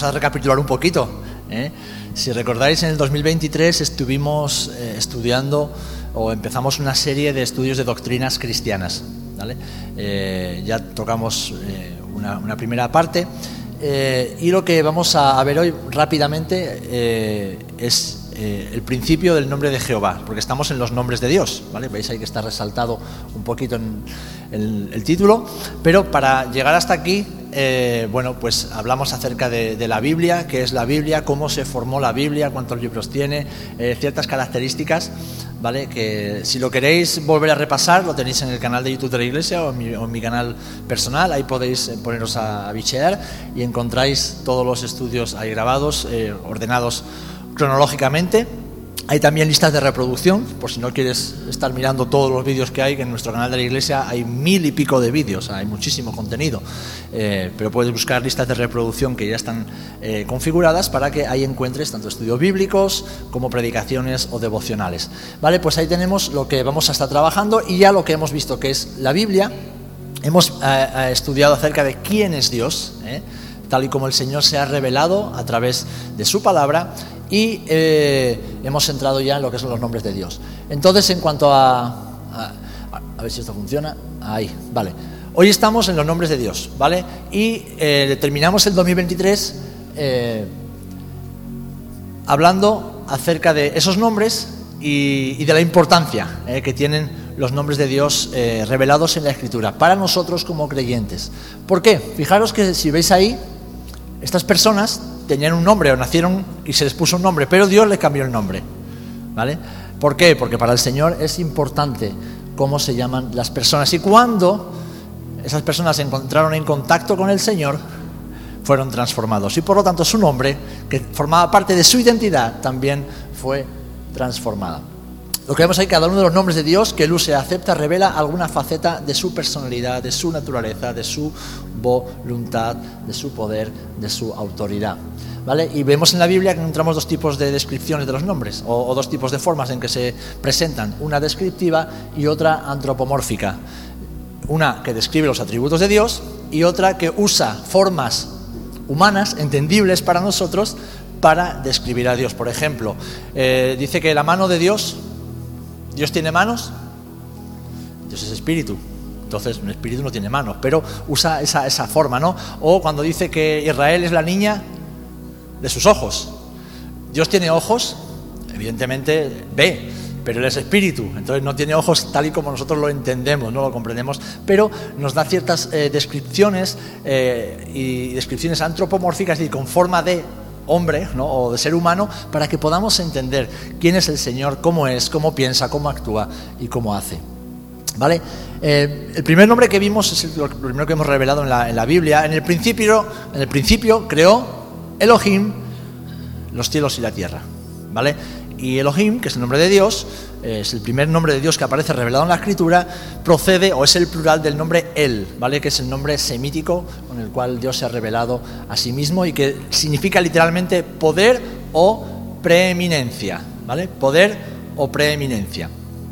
vamos a recapitular un poquito. Si recordáis, en el 2023 estuvimos estudiando o empezamos una serie de estudios de doctrinas cristianas, ¿vale? Ya tocamos una primera parte y lo que vamos a ver hoy rápidamente es el principio del nombre de Jehová, porque estamos en los nombres de Dios, ¿vale? Veis ahí que está resaltado un poquito en el título, pero para llegar hasta aquí, bueno, pues hablamos acerca de la Biblia, qué es la Biblia, cómo se formó la Biblia, cuántos libros tiene, ciertas características, ¿vale? Que si lo queréis volver a repasar, lo tenéis en el canal de YouTube de la Iglesia o en mi canal personal, ahí podéis poneros a bichear y encontráis todos los estudios ahí grabados, ordenados cronológicamente. Hay también listas de reproducción, por si no quieres estar mirando todos los vídeos que hay, que en nuestro canal de la Iglesia hay 1000 y pico de vídeos, hay muchísimo contenido, pero puedes buscar listas de reproducción que ya están configuradas para que ahí encuentres tanto estudios bíblicos como predicaciones o devocionales. Vale, pues ahí tenemos lo que vamos a estar trabajando y ya lo que hemos visto que es la Biblia. Hemos estudiado acerca de quién es Dios, tal y como el Señor se ha revelado a través de su palabra. Y hemos entrado ya en lo que son los nombres de Dios. Entonces, en cuanto a ver si esto funciona. Ahí, vale. Hoy estamos en los nombres de Dios, ¿vale? Y terminamos el 2023 hablando acerca de esos nombres y de la importancia que tienen los nombres de Dios revelados en la Escritura para nosotros como creyentes. ¿Por qué? Fijaros que si veis ahí, estas personas tenían un nombre o nacieron y se les puso un nombre, pero Dios les cambió el nombre, ¿vale? ¿Por qué? Porque para el Señor es importante cómo se llaman las personas, y cuando esas personas se encontraron en contacto con el Señor, fueron transformados, y por lo tanto su nombre, que formaba parte de su identidad, también fue transformada. Lo que vemos ahí, cada uno de los nombres de Dios que Él usa, acepta, revela alguna faceta de su personalidad, de su naturaleza, de su voluntad, de su poder, de su autoridad, ¿vale? Y vemos en la Biblia que encontramos dos tipos de descripciones de los nombres, o dos tipos de formas en que se presentan, una descriptiva y otra antropomórfica. Una que describe los atributos de Dios y otra que usa formas humanas, entendibles para nosotros, para describir a Dios. Por ejemplo, dice que la mano de Dios tiene manos. Dios es espíritu, entonces un espíritu no tiene manos, pero usa esa forma, ¿no? O cuando dice que Israel es la niña de sus ojos. Dios tiene ojos, evidentemente ve, pero Él es espíritu, entonces no tiene ojos tal y como nosotros lo entendemos, no lo comprendemos, pero nos da ciertas descripciones y descripciones antropomórficas y con forma de hombre, ¿no? O de ser humano, para que podamos entender quién es el Señor, cómo es, cómo piensa, cómo actúa y cómo hace, ¿vale? El primer nombre que vimos es lo primero que hemos revelado en la Biblia. En el principio creó Elohim los cielos y la tierra, ¿vale? Y Elohim, que es el nombre de Dios, es el primer nombre de Dios que aparece revelado en la Escritura, procede o es el plural del nombre El, ¿vale? Que es el nombre semítico con el cual Dios se ha revelado a sí mismo y que significa literalmente poder o preeminencia, ¿vale? Poder o preeminencia.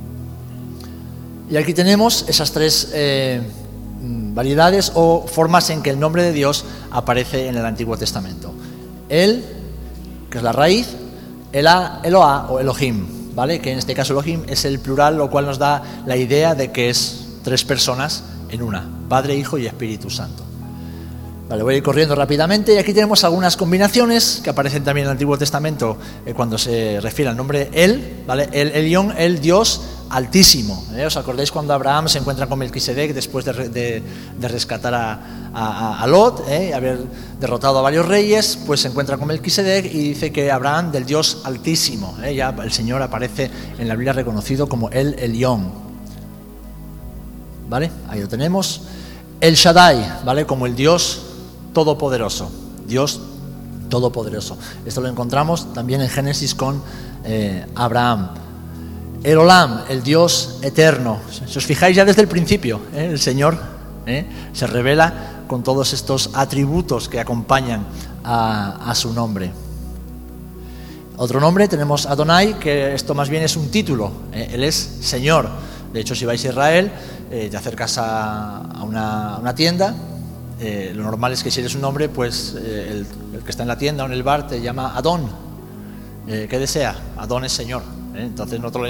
Y aquí tenemos esas tres variedades o formas en que el nombre de Dios aparece en el Antiguo Testamento. El, que es la raíz, Eloah o Elohim, ¿vale? Que en este caso Elohim es el plural, lo cual nos da la idea de que es tres personas en una, Padre, Hijo y Espíritu Santo. Vale, voy a ir corriendo rápidamente y aquí tenemos algunas combinaciones que aparecen también en el Antiguo Testamento cuando se refiere al nombre El, ¿vale? El Elión, el Dios Altísimo. ¿Os acordáis cuando Abraham se encuentra con Melquisedec después de rescatar a Lot, haber derrotado a varios reyes? Pues se encuentra con Melquisedec y dice que Abraham del Dios Altísimo, ya el Señor aparece en la Biblia reconocido como El Elión, ¿vale? Ahí lo tenemos. El Shaddai, ¿vale? Como el Dios Todopoderoso, Dios Todopoderoso. Esto lo encontramos también en Génesis con Abraham. El Olam, el Dios eterno. Si os fijáis ya desde el principio, el Señor se revela con todos estos atributos que acompañan a su nombre. Otro nombre tenemos Adonai, que esto más bien es un título, Él es Señor. De hecho, si vais a Israel, te acercas a una tienda lo normal es que si eres un hombre, pues el que está en la tienda o en el bar te llama Adón. ¿Qué desea? Adón es Señor. Entonces nosotros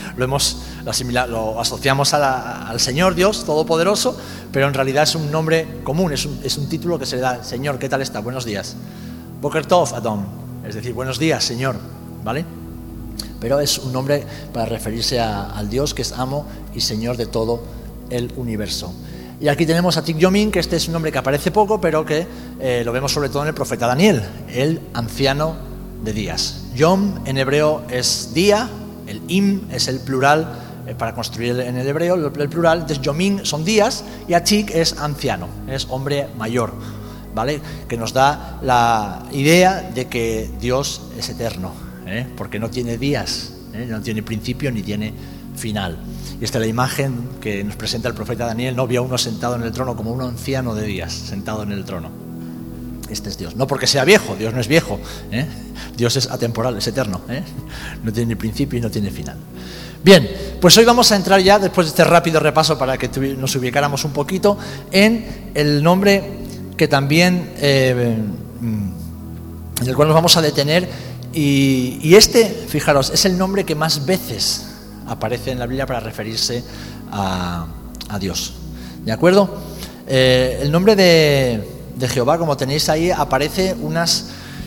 lo asociamos al Señor Dios Todopoderoso, pero en realidad es un nombre común, es un título que se le da: Señor, ¿qué tal está? Buenos días. Boker Tov, Adón, es decir, buenos días, Señor, ¿vale? Pero es un nombre para referirse al Dios que es amo y Señor de todo el universo. Y aquí tenemos a Tig-Yomin, que este es un nombre que aparece poco, pero que lo vemos sobre todo en el profeta Daniel, el anciano de días. Yom en hebreo es día, el im es el plural para construir en el hebreo, el plural. Entonces Yomin son días y Atik es anciano, es hombre mayor, ¿vale? Que nos da la idea de que Dios es eterno, porque no tiene días, no tiene principio ni tiene final. Y esta es la imagen que nos presenta el profeta Daniel: no vio a uno sentado en el trono como un anciano de días, sentado en el trono. Este es Dios. No porque sea viejo, Dios no es viejo, Dios es atemporal, es eterno, no tiene ni principio y no tiene final. Bien, pues hoy vamos a entrar ya, después de este rápido repaso para que nos ubicáramos un poquito, en el nombre que también, en el cual nos vamos a detener. Y este, fijaros, es el nombre que más veces aparece en la Biblia para referirse a Dios. ¿De acuerdo? El nombre de Jehová, como tenéis ahí, aparece unas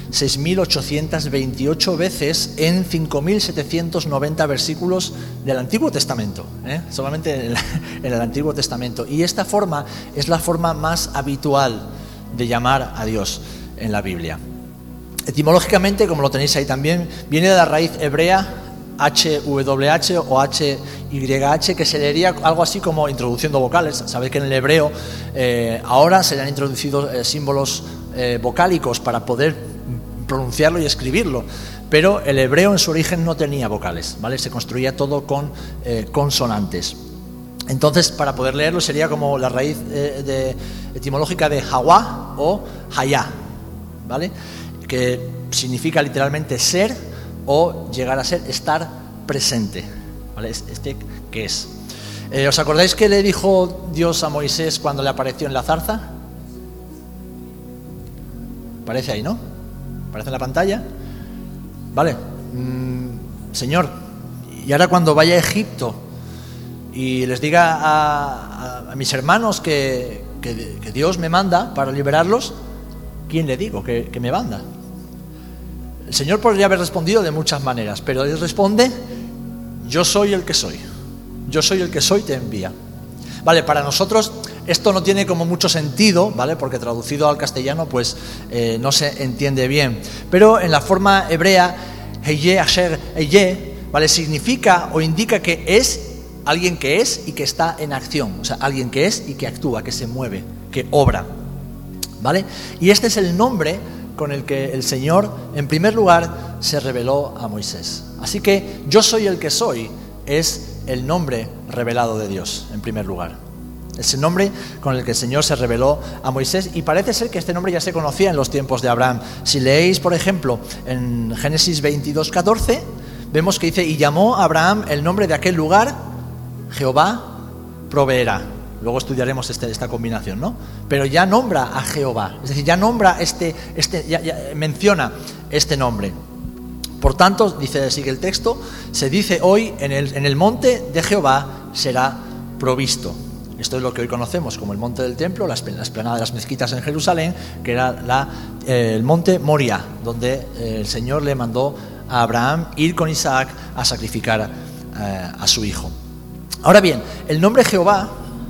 6.828 veces en 5.790 versículos del Antiguo Testamento, solamente en el Antiguo Testamento. Y esta forma es la forma más habitual de llamar a Dios en la Biblia. Etimológicamente, como lo tenéis ahí también, viene de la raíz hebrea HWH o HYH, que se leería algo así como introduciendo vocales. Sabéis que en el hebreo ahora se le han introducido símbolos vocálicos para poder pronunciarlo y escribirlo, pero el hebreo en su origen no tenía vocales, ¿vale? Se construía todo con consonantes. Entonces, para poder leerlo sería como la raíz etimológica de Hawá o Hayá, ¿vale? Que significa literalmente ser o llegar a ser, estar presente, ¿vale? Este que es. ¿Os acordáis que le dijo Dios a Moisés cuando le apareció en la zarza? Aparece ahí, ¿no? Aparece en la pantalla. Vale. Señor, y ahora cuando vaya a Egipto y les diga a mis hermanos que Dios me manda para liberarlos, ¿quién le digo que me manda? El Señor podría haber respondido de muchas maneras, pero Él responde: yo soy el que soy. Yo soy el que soy, te envía. Vale, para nosotros esto no tiene como mucho sentido, ¿vale? Porque traducido al castellano pues no se entiende bien. Pero en la forma hebrea, Heye, Asher, Heye, ¿vale? Significa o indica que es alguien que es y que está en acción. O sea, alguien que es y que actúa, que se mueve, que obra, ¿vale? Y este es el nombre con el que el Señor, en primer lugar, se reveló a Moisés. Así que yo soy el que soy es el nombre revelado de Dios, en primer lugar. Es el nombre con el que el Señor se reveló a Moisés, y parece ser que este nombre ya se conocía en los tiempos de Abraham. Si leéis, por ejemplo, en Génesis 22:14, vemos que dice: y llamó a Abraham el nombre de aquel lugar, Jehová proveerá. Luego estudiaremos esta combinación, ¿no? Pero ya nombra a Jehová, es decir, ya nombra ya menciona este nombre. Por tanto, sigue el texto, se dice hoy: en el monte de Jehová será provisto. Esto es lo que hoy conocemos como el monte del templo, la explanada de las mezquitas en Jerusalén, que era el monte Moria, donde el Señor le mandó a Abraham ir con Isaac a sacrificar a su hijo. Ahora bien, el nombre Jehová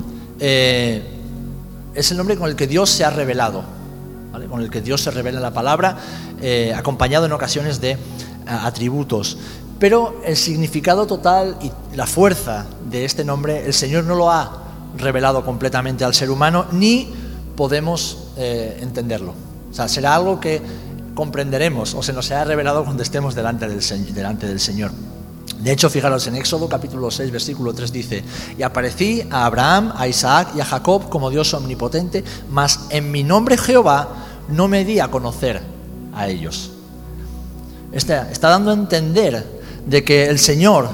es el nombre con el que Dios se ha revelado, ¿vale? Con el que Dios se revela en la palabra, acompañado en ocasiones de atributos. Pero el significado total y la fuerza de este nombre, el Señor no lo ha revelado completamente al ser humano, ni podemos entenderlo. O sea, será algo que comprenderemos o se nos será revelado cuando estemos delante del Señor. De hecho, fijaros, en Éxodo capítulo 6, versículo 3 dice: y aparecí a Abraham, a Isaac y a Jacob como Dios omnipotente, mas en mi nombre Jehová no me di a conocer a ellos. Está dando a entender de que el Señor,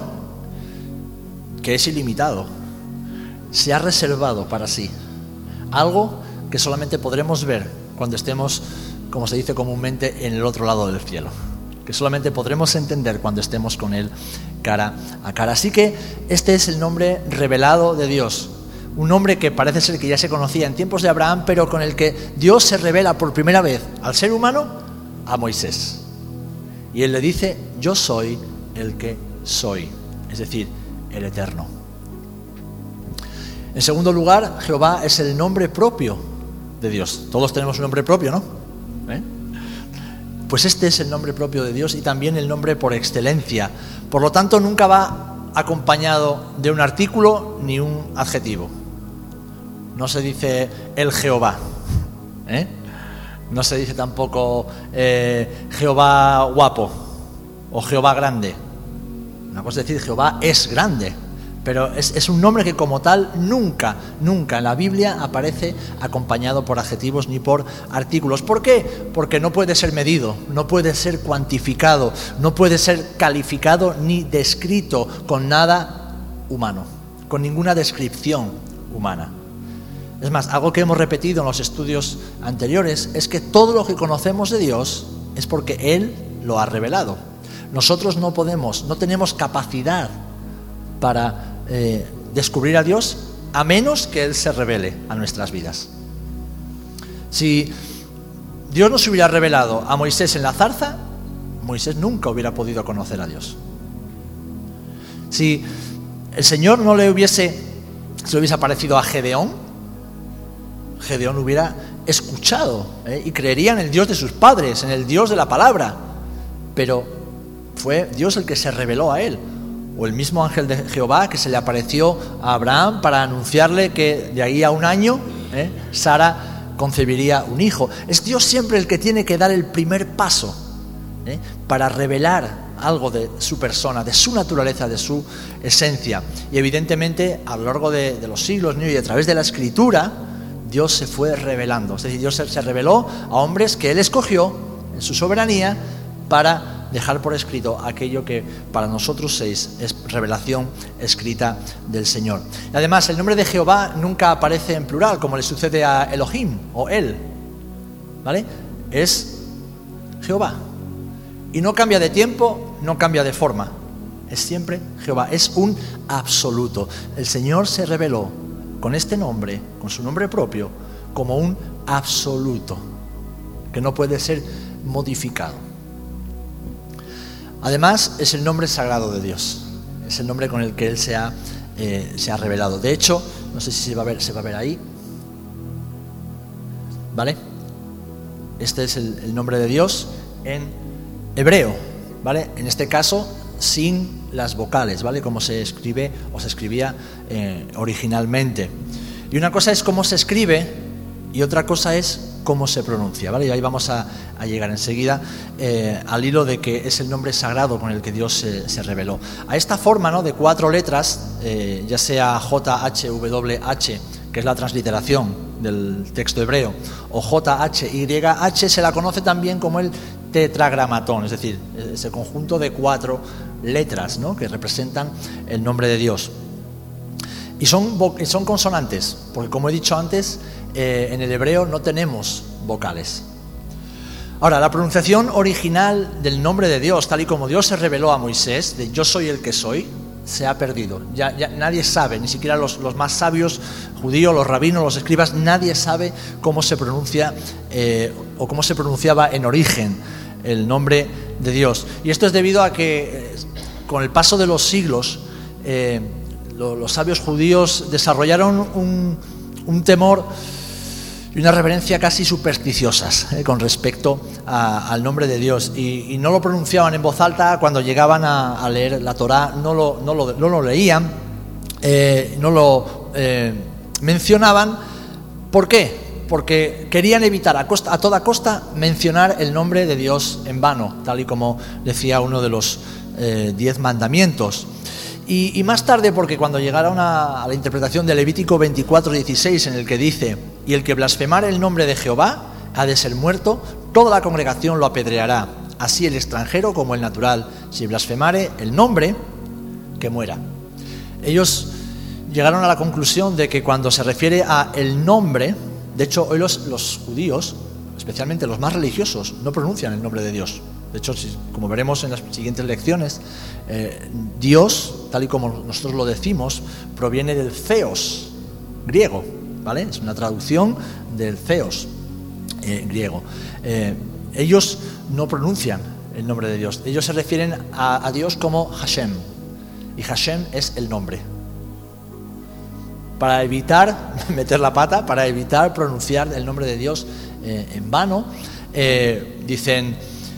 que es ilimitado, se ha reservado para sí algo que solamente podremos ver cuando estemos, como se dice comúnmente, en el otro lado del cielo, que solamente podremos entender cuando estemos con Él cara a cara. Así que este es el nombre revelado de Dios, un nombre que parece ser que ya se conocía en tiempos de Abraham, pero con el que Dios se revela por primera vez al ser humano, a Moisés. Y Él le dice: yo soy el que soy, es decir, el Eterno. En segundo lugar, Jehová es el nombre propio de Dios. Todos tenemos un nombre propio, ¿no? Pues este es el nombre propio de Dios y también el nombre por excelencia. Por lo tanto, nunca va acompañado de un artículo ni un adjetivo. No se dice el Jehová, no se dice tampoco Jehová guapo o Jehová grande. Una cosa es decir Jehová es grande, pero es un nombre que como tal nunca en la Biblia aparece acompañado por adjetivos ni por artículos. ¿Por qué? Porque no puede ser medido, no puede ser cuantificado, no puede ser calificado ni descrito con nada humano, con ninguna descripción humana. Es más, algo que hemos repetido en los estudios anteriores es que todo lo que conocemos de Dios es porque Él lo ha revelado. Nosotros no tenemos capacidad para descubrir a Dios a menos que Él se revele a nuestras vidas. Si Dios nos hubiera revelado a Moisés en la zarza, Moisés nunca hubiera podido conocer a Dios. Si el Señor se le hubiese aparecido a Gedeón, Gedeón hubiera escuchado y creería en el Dios de sus padres, en el Dios de la palabra, pero fue Dios el que se reveló a él. O el mismo ángel de Jehová que se le apareció a Abraham para anunciarle que de ahí a un año Sara concebiría un hijo. Es Dios siempre el que tiene que dar el primer paso para revelar algo de su persona, de su naturaleza, de su esencia. Y evidentemente a lo largo de los siglos y a través de la Escritura, Dios se fue revelando. Es decir, Dios se reveló a hombres que Él escogió en su soberanía para dejar por escrito aquello que para nosotros es revelación escrita del Señor. Y además, el nombre de Jehová nunca aparece en plural, como le sucede a Elohim o Él, ¿vale? Es Jehová. Y no cambia de tiempo, no cambia de forma. Es siempre Jehová, es un absoluto. El Señor se reveló con este nombre, con su nombre propio, como un absoluto, que no puede ser modificado. Además, es el nombre sagrado de Dios, es el nombre con el que Él se ha revelado. De hecho, no sé si se va a ver ahí, ¿vale? Este es el nombre de Dios en hebreo, ¿vale? En este caso, sin las vocales, ¿vale? Como se escribe o se escribía originalmente. Y una cosa es cómo se escribe y otra cosa es cómo se pronuncia, ¿vale? Y ahí vamos a llegar enseguida al hilo de que es el nombre sagrado con el que Dios se reveló. A esta forma, ¿no?, de 4 letras, ya sea JHWH, que es la transliteración del texto hebreo, o JHYH, se la conoce también como el tetragramatón, es decir, ese conjunto de 4 letras, ¿no?, que representan el nombre de Dios. Y son consonantes, porque como he dicho antes, en el hebreo no tenemos vocales. Ahora, la pronunciación original del nombre de Dios, tal y como Dios se reveló a Moisés, de yo soy el que soy, se ha perdido. Ya nadie sabe, ni siquiera los más sabios judíos, los rabinos, los escribas, nadie sabe cómo se pronuncia o cómo se pronunciaba en origen el nombre de Dios. Y esto es debido a que con el paso de los siglos los sabios judíos desarrollaron un temor y una reverencia casi supersticiosas con respecto al nombre de Dios, y no lo pronunciaban en voz alta cuando llegaban a leer la Torá, no lo leían, no lo mencionaban. ¿Por qué? Porque querían evitar a toda costa mencionar el nombre de Dios en vano, tal y como decía uno de los 10 mandamientos. Y más tarde, porque cuando llegaron a la interpretación de Levítico 24:16, en el que dice: y el que blasfemare el nombre de Jehová ha de ser muerto, toda la congregación lo apedreará, así el extranjero como el natural, si blasfemare el nombre, que muera. Ellos llegaron a la conclusión de que cuando se refiere a el nombre De hecho, hoy los judíos, especialmente los más religiosos, no pronuncian el nombre de Dios. De hecho, como veremos en las siguientes lecciones, Dios, tal y como nosotros lo decimos, proviene del Theos griego, ¿vale? Es una traducción del Theos griego. Ellos no pronuncian el nombre de Dios. Ellos se refieren a Dios como Hashem. Y Hashem es el nombre. Para evitar meter la pata, para evitar pronunciar el nombre de Dios en vano, dicen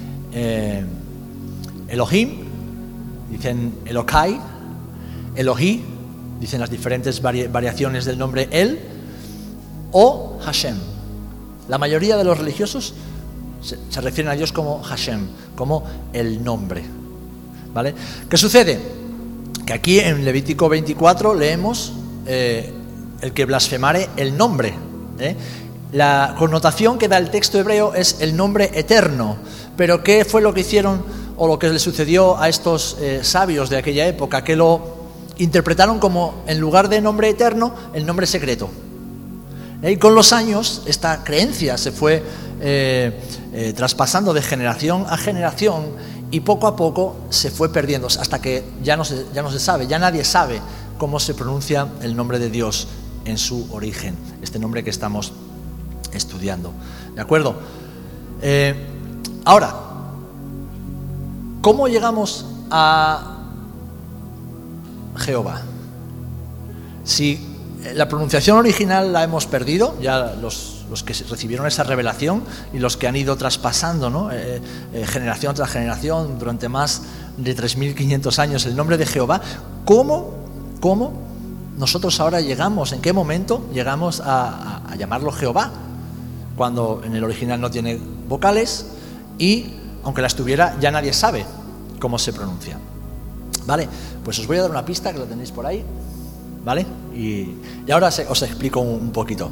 Elohim, dicen Elokai, Elohí, dicen las diferentes variaciones del nombre El, o Hashem. La mayoría de los religiosos se refieren a Dios como Hashem, como el nombre, ¿vale? ¿Qué sucede? Que aquí en Levítico 24 leemos el que blasfemare el nombre, La connotación que da el texto hebreo es el nombre eterno. Pero ¿qué fue lo que hicieron o lo que le sucedió a estos sabios de aquella época? Que lo interpretaron como, en lugar de nombre eterno, el nombre secreto. Y con los años esta creencia se fue traspasando de generación a generación y poco a poco se fue perdiendo hasta que ya no se sabe, ya nadie sabe cómo se pronuncia el nombre de Dios en su origen, este nombre que estamos estudiando. ¿De acuerdo? Ahora, ¿cómo llegamos a Jehová? Si la pronunciación original la hemos perdido, ya los que recibieron esa revelación y los que han ido traspasando, ¿no? Generación tras generación durante más de 3.500 años el nombre de Jehová, ¿cómo nosotros ahora llegamos, en qué momento llegamos a llamarlo Jehová? Cuando en el original no tiene vocales y aunque las tuviera ya nadie sabe cómo se pronuncia. Vale, pues os voy a dar una pista que lo tenéis por ahí, ¿vale? Y ahora os explico un poquito.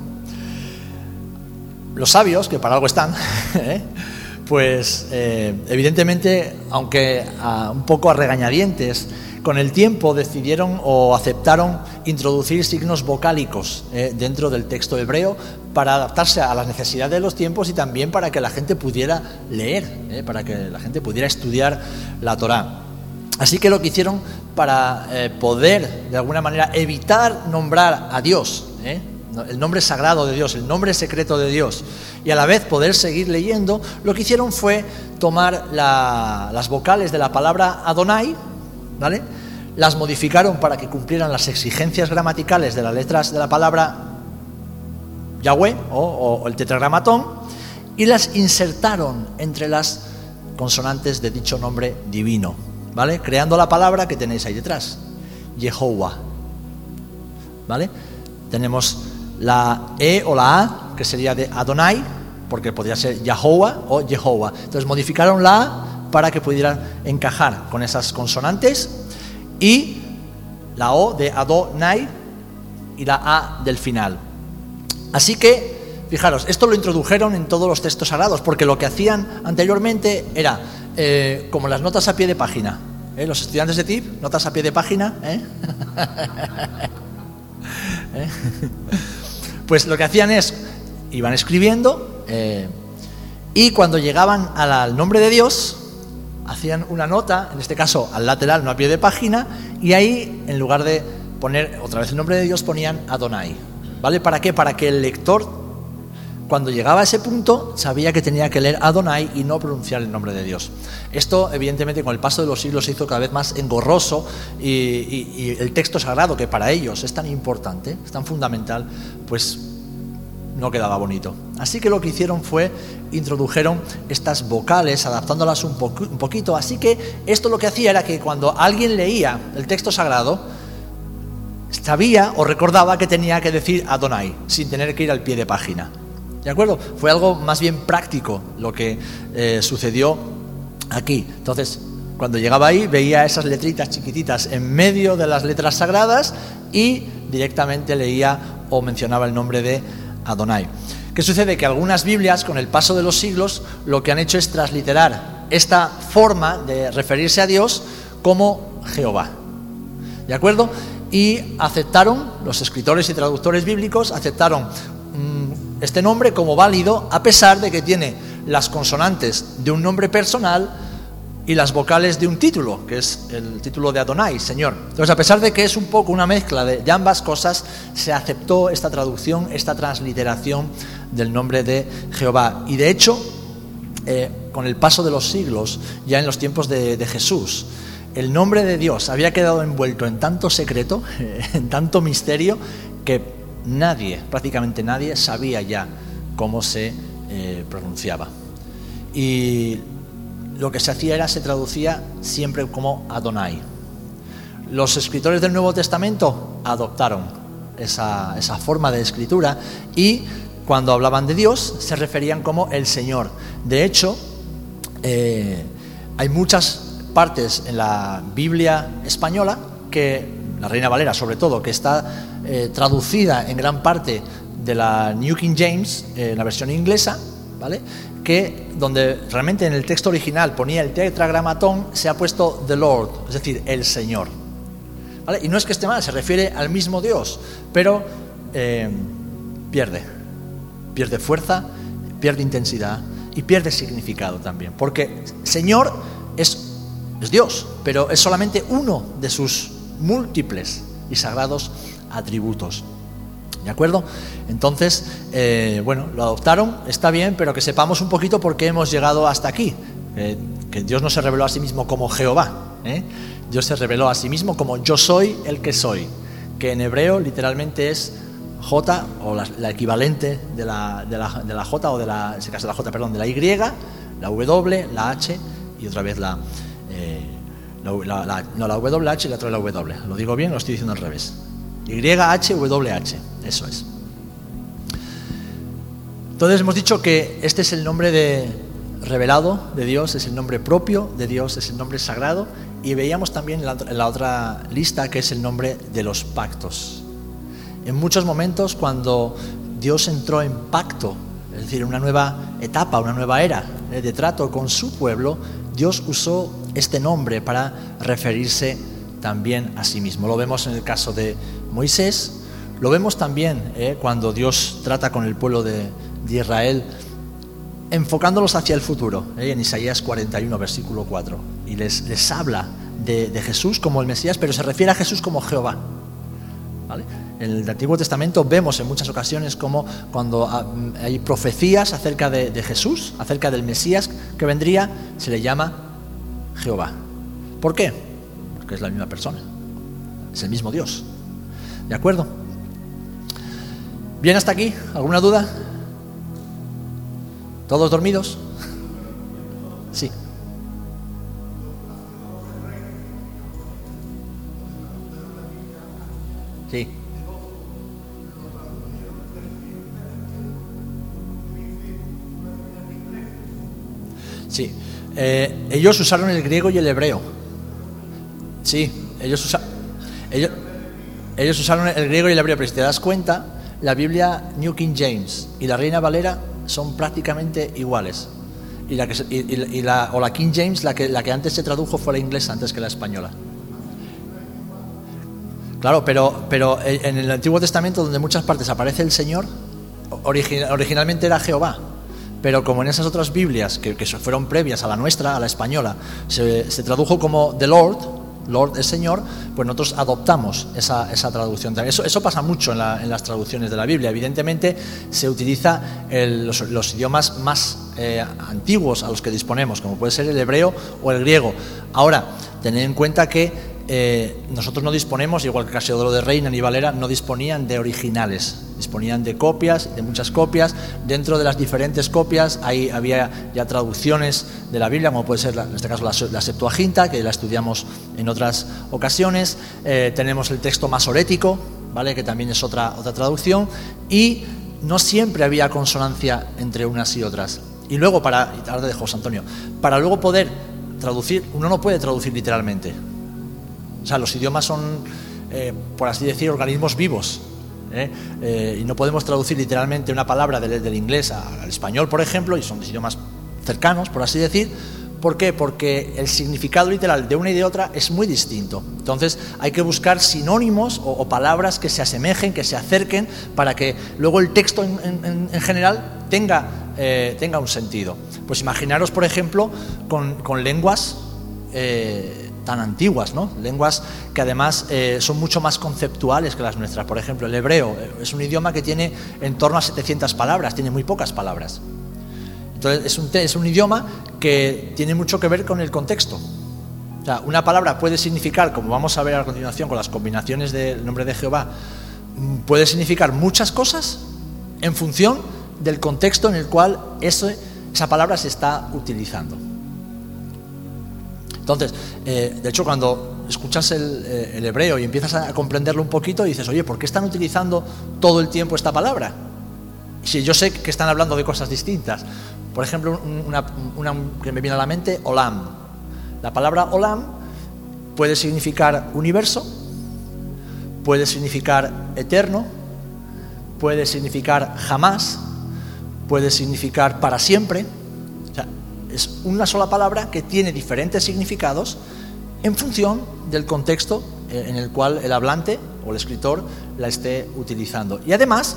Los sabios, que para algo están, pues evidentemente, aunque un poco a regañadientes, con el tiempo decidieron o aceptaron introducir signos vocálicos dentro del texto hebreo para adaptarse a las necesidades de los tiempos y también para que la gente pudiera leer, para que la gente pudiera estudiar la Torá. Así que lo que hicieron para poder, de alguna manera, evitar nombrar a Dios, el nombre sagrado de Dios, el nombre secreto de Dios, y a la vez poder seguir leyendo, lo que hicieron fue tomar las vocales de la palabra Adonai, ¿vale? Las modificaron para que cumplieran las exigencias gramaticales de las letras de la palabra Yahweh o el tetragramatón y las insertaron entre las consonantes de dicho nombre divino, ¿vale? Creando la palabra que tenéis ahí detrás, Jehová, ¿vale? Tenemos la E o la A, que sería de Adonai, porque podría ser Yahová o Jehová. Entonces modificaron la A para que pudieran encajar con esas consonantes y la O de Adonai y la A del final. Así que, fijaros, esto lo introdujeron en todos los textos sagrados, porque lo que hacían anteriormente era como las notas a pie de página. Los estudiantes de TIP, notas a pie de página, Pues lo que hacían es, iban escribiendo y cuando llegaban al nombre de Dios, hacían una nota, en este caso al lateral, no a pie de página, y ahí, en lugar de poner otra vez el nombre de Dios, ponían Adonai. ¿Vale? ¿Para qué? Para que el lector, cuando llegaba a ese punto, sabía que tenía que leer Adonai y no pronunciar el nombre de Dios. Esto, evidentemente, con el paso de los siglos se hizo cada vez más engorroso y el texto sagrado, que para ellos es tan importante, es tan fundamental, pues no quedaba bonito. Así que lo que hicieron fue, introdujeron estas vocales, adaptándolas un poquito. Así que esto lo que hacía era que cuando alguien leía el texto sagrado, sabía o recordaba que tenía que decir Adonai, sin tener que ir al pie de página. ¿De acuerdo? Fue algo más bien práctico lo que sucedió aquí. Entonces, cuando llegaba ahí, veía esas letritas chiquititas en medio de las letras sagradas y directamente leía o mencionaba el nombre de Adonai. ¿Qué sucede? Que algunas Biblias, con el paso de los siglos, lo que han hecho es transliterar esta forma de referirse a Dios como Jehová. ¿De acuerdo? Y aceptaron, los escritores y traductores bíblicos aceptaron este nombre como válido a pesar de que tiene las consonantes de un nombre personal y las vocales de un título, que es el título de Adonai, Señor. Entonces, a pesar de que es un poco una mezcla de ambas cosas, se aceptó esta traducción, esta transliteración del nombre de Jehová. Y de hecho, con el paso de los siglos, ya en los tiempos de Jesús, el nombre de Dios había quedado envuelto en tanto secreto, en tanto misterio, que prácticamente nadie, sabía ya cómo se pronunciaba. Y lo que se hacía se traducía siempre como Adonai. Los escritores del Nuevo Testamento adoptaron esa forma de escritura y cuando hablaban de Dios se referían como el Señor. De hecho, hay muchas partes en la Biblia española, la Reina Valera sobre todo, que está traducida en gran parte de la New King James, la versión inglesa, ¿vale? Que donde realmente en el texto original ponía el tetragramatón, se ha puesto the Lord, es decir, el Señor, ¿vale? Y no es que esté mal, se refiere al mismo Dios, pero pierde fuerza, pierde intensidad y pierde significado también, porque Señor es Dios, pero es solamente uno de sus múltiples y sagrados atributos. ¿De acuerdo? Entonces, lo adoptaron, está bien, pero que sepamos un poquito por qué hemos llegado hasta aquí. Que Dios no se reveló a sí mismo como Jehová, Dios se reveló a sí mismo como yo soy el que soy, que en hebreo literalmente es J, o la equivalente de la J, o en este caso de la J, perdón, de la Y, la W, la H y otra vez la WH y la otra la W. ¿Lo digo bien o lo estoy diciendo al revés? YHWH, eso es. Entonces hemos dicho que este es el nombre revelado de Dios, es el nombre propio de Dios, es el nombre sagrado, y veíamos también en la otra lista que es el nombre de los pactos. En muchos momentos cuando Dios entró en pacto, es decir, una nueva etapa, una nueva era de trato con su pueblo, Dios usó este nombre para referirse también a sí mismo. Lo vemos en el caso de Moisés, lo vemos también cuando Dios trata con el pueblo de Israel, enfocándolos hacia el futuro, en Isaías 41, versículo 4, y les habla de Jesús como el Mesías, pero se refiere a Jesús como Jehová, ¿vale? En el Antiguo Testamento vemos en muchas ocasiones como cuando hay profecías acerca de Jesús, acerca del Mesías que vendría, se le llama Jehová. ¿Por qué? Porque es la misma persona, es el mismo Dios. ¿De acuerdo? ¿Bien hasta aquí? ¿Alguna duda? ¿Todos dormidos? Sí. Sí. Sí. Ellos usaron el griego y el hebreo. Sí, ellos usaron el griego y el hebreo, pero si te das cuenta, la Biblia New King James y la Reina Valera son prácticamente iguales. Y la King James, la que antes se tradujo fue la inglesa antes que la española. Claro, pero en el Antiguo Testamento, donde en muchas partes aparece el Señor, originalmente era Jehová. Pero como en esas otras Biblias, que fueron previas a la nuestra, a la española, se tradujo como The Lord es Señor, pues nosotros adoptamos esa traducción. Eso pasa mucho en las traducciones de la Biblia. Evidentemente se utiliza los idiomas más antiguos a los que disponemos, como puede ser el hebreo o el griego. Ahora, tened en cuenta que nosotros no disponemos, igual que Casiodoro de Reina ni Valera, no disponían de originales, disponían de copias, de muchas copias. Dentro de las diferentes copias había ya traducciones de la Biblia, como puede ser en este caso la Septuaginta, que la estudiamos en otras ocasiones. Tenemos el texto masorético, ¿vale?, que también es otra traducción, y no siempre había consonancia entre unas y otras. Y luego, ahora te dejo, José Antonio, para luego poder traducir, uno no puede traducir literalmente. O sea, los idiomas son, por así decir, organismos vivos, y no podemos traducir literalmente una palabra del inglés al español, por ejemplo, y son idiomas cercanos, por así decir, ¿Por qué? Porque el significado literal de una y de otra es muy distinto. Entonces hay que buscar sinónimos o palabras que se asemejen, que se acerquen, para que luego el texto en general tenga un sentido. Pues imaginaros, por ejemplo, con lenguas tan antiguas, ¿no? Lenguas que además son mucho más conceptuales que las nuestras. Por ejemplo, el hebreo es un idioma que tiene en torno a 700 palabras, tiene muy pocas palabras. Entonces es un idioma que tiene mucho que ver con el contexto. O sea, una palabra puede significar, como vamos a ver a continuación con las combinaciones del nombre de Jehová, puede significar muchas cosas en función del contexto en el cual esa palabra se está utilizando. Entonces, de hecho, cuando escuchas el hebreo y empiezas a comprenderlo un poquito, dices, oye, ¿por qué están utilizando todo el tiempo esta palabra? Si yo sé que están hablando de cosas distintas. Por ejemplo, una que me viene a la mente, olam. La palabra olam puede significar universo, puede significar eterno, puede significar jamás, puede significar para siempre. O sea, es una sola palabra que tiene diferentes significados en función del contexto en el cual el hablante o el escritor la esté utilizando. Y además,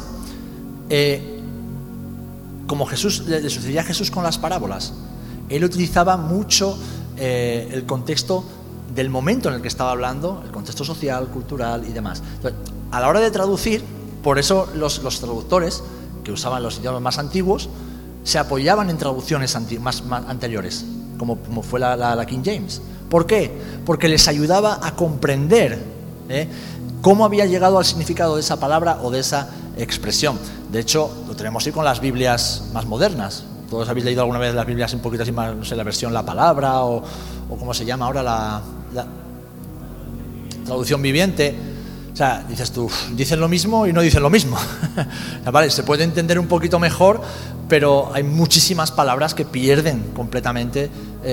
como le sucedía a Jesús con las parábolas, él utilizaba mucho el contexto del momento en el que estaba hablando, el contexto social, cultural y demás. Entonces, a la hora de traducir, por eso los traductores que usaban los idiomas más antiguos se apoyaban en traducciones más anteriores, como fue la King James. ¿Por qué? Porque les ayudaba a comprender cómo había llegado al significado de esa palabra o de esa expresión. De hecho, lo tenemos así con las Biblias más modernas. Todos habéis leído alguna vez las Biblias un poquito así más, no sé, la versión La Palabra o cómo se llama ahora la traducción viviente. O sea, dices tú, dicen lo mismo y no dicen lo mismo. Vale, se puede entender un poquito mejor, pero hay muchísimas palabras que pierden completamente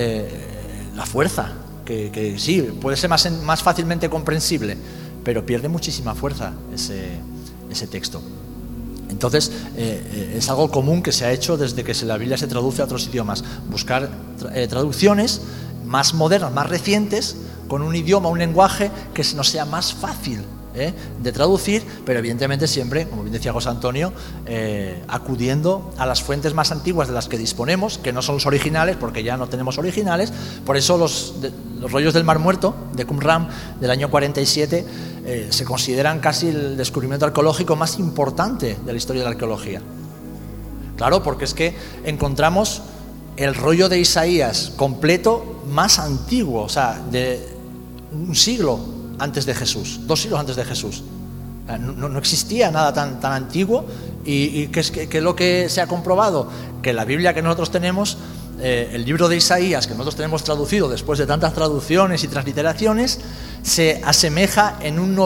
la fuerza. Que sí, puede ser más fácilmente comprensible, pero pierde muchísima fuerza ese texto. Entonces, es algo común que se ha hecho desde que la Biblia se traduce a otros idiomas. Buscar traducciones más modernas, más recientes, con un idioma, un lenguaje que nos sea más fácil de traducir, pero evidentemente siempre, como bien decía José Antonio, acudiendo a las fuentes más antiguas de las que disponemos, que no son los originales, porque ya no tenemos originales. Por eso los rollos del Mar Muerto, de Qumran, del año 47, se consideran casi el descubrimiento arqueológico más importante de la historia de la arqueología. Claro, porque es que encontramos el rollo de Isaías completo más antiguo, o sea, de un siglo antes de Jesús, 2 siglos antes de Jesús. No existía nada tan antiguo. ¿Y qué es lo que se ha comprobado? Que la Biblia que nosotros tenemos, el libro de Isaías que nosotros tenemos traducido después de tantas traducciones y transliteraciones, se asemeja en un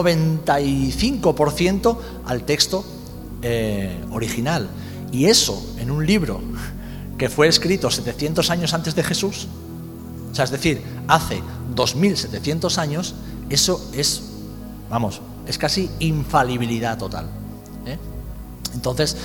95% al texto original. Y eso en un libro que fue escrito 700 años antes de Jesús, o sea, es decir, hace 2700 años, eso es casi infalibilidad total. Entonces,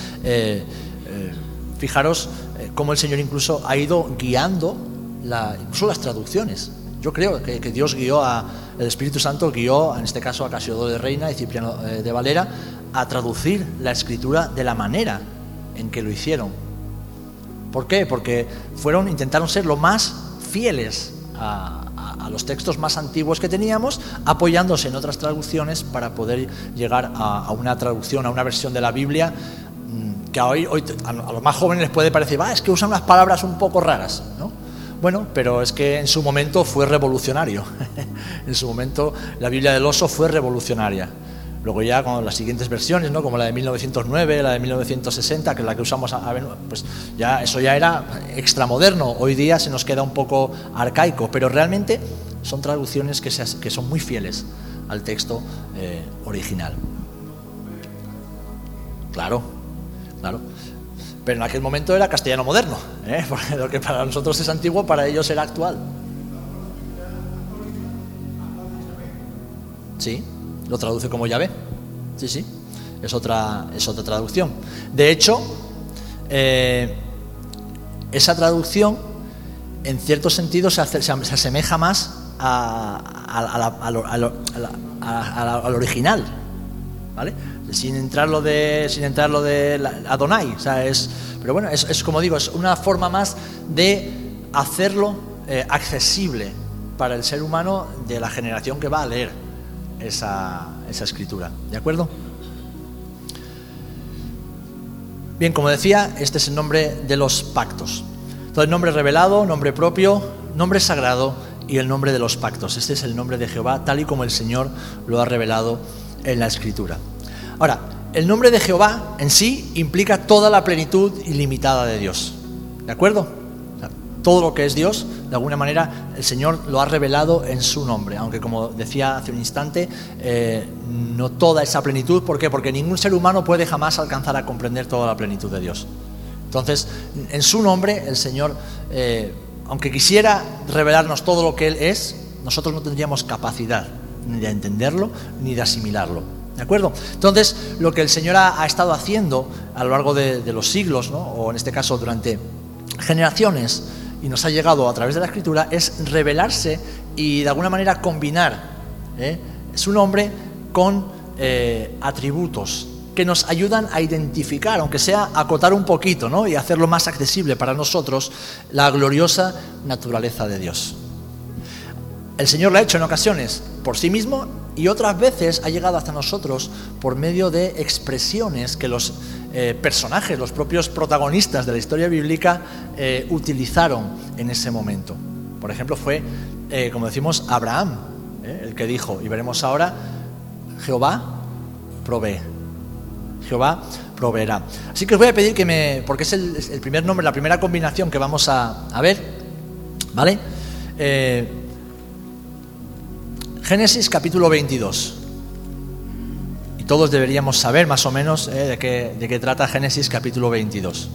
fijaros cómo el Señor incluso ha ido guiando incluso las traducciones. Yo creo que Dios el Espíritu Santo guió, en este caso a Casiodoro de Reina y Cipriano de Valera, a traducir la Escritura de la manera en que lo hicieron. ¿Por qué? Porque intentaron ser lo más fieles a los textos más antiguos que teníamos, apoyándose en otras traducciones para poder llegar a una traducción, a una versión de la Biblia que hoy a los más jóvenes les puede parecer, es que usan unas palabras un poco raras, ¿no? Bueno, pero es que en su momento fue revolucionario. En su momento la Biblia del Oso fue revolucionaria. Luego ya con las siguientes versiones, ¿no? Como la de 1909, la de 1960, que es la que usamos, pues eso ya era extramoderno. Hoy día se nos queda un poco arcaico, pero realmente son traducciones que son muy fieles al texto original. Claro. Pero en aquel momento era castellano moderno, porque lo que para nosotros es antiguo, para ellos era actual. Sí. Lo traduce como Yahvé. Sí. Es otra traducción. De hecho, esa traducción en cierto sentido se asemeja más al original, ¿vale? Sin entrar lo de Adonai, o sea, pero bueno, es como digo, es una forma más de hacerlo accesible para el ser humano de la generación que va a leer esa escritura, ¿de acuerdo? Bien, como decía, este es el nombre de los pactos. Entonces, nombre revelado, nombre propio, nombre sagrado y el nombre de los pactos. Este es el nombre de Jehová, tal y como el Señor lo ha revelado en la Escritura. Ahora, el nombre de Jehová en sí implica toda la plenitud ilimitada de Dios, ¿de acuerdo? O sea, todo lo que es Dios, de alguna manera, el Señor lo ha revelado en su nombre, aunque como decía hace un instante, no toda esa plenitud. ¿Por qué? Porque ningún ser humano puede jamás alcanzar a comprender toda la plenitud de Dios. Entonces, en su nombre, el Señor, aunque quisiera revelarnos todo lo que Él es, nosotros no tendríamos capacidad ni de entenderlo ni de asimilarlo, ¿de acuerdo? Entonces, lo que el Señor ha estado haciendo a lo largo de los siglos, ¿no? O en este caso durante generaciones, y nos ha llegado a través de la Escritura, es revelarse y de alguna manera combinar su nombre con atributos que nos ayudan a identificar, aunque sea acotar un poquito, ¿no? Y hacerlo más accesible para nosotros, la gloriosa naturaleza de Dios. El Señor lo ha hecho en ocasiones por sí mismo y otras veces ha llegado hasta nosotros por medio de expresiones que los personajes, los propios protagonistas de la historia bíblica utilizaron en ese momento. Por ejemplo, fue, como decimos, Abraham, el que dijo, y veremos ahora, Jehová provee. Jehová proveerá. Así que os voy a pedir porque es el primer nombre, la primera combinación que vamos a ver, ¿vale? Génesis capítulo 22. Y todos deberíamos saber más o menos de qué trata Génesis capítulo 22.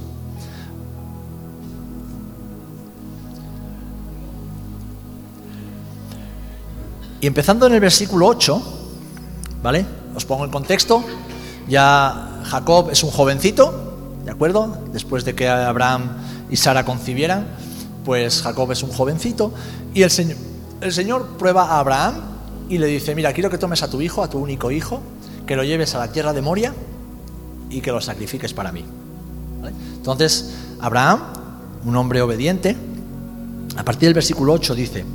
Y empezando en el versículo 8, ¿vale? Os pongo el contexto. Ya Jacob es un jovencito, ¿de acuerdo? Después de que Abraham y Sara concibieran, pues Jacob es un jovencito y el Señor prueba a Abraham y le dice, mira, quiero que tomes a tu hijo, a tu único hijo, que lo lleves a la tierra de Moria y que lo sacrifiques para mí, ¿vale? Entonces, Abraham, un hombre obediente, a partir del versículo 8 dice,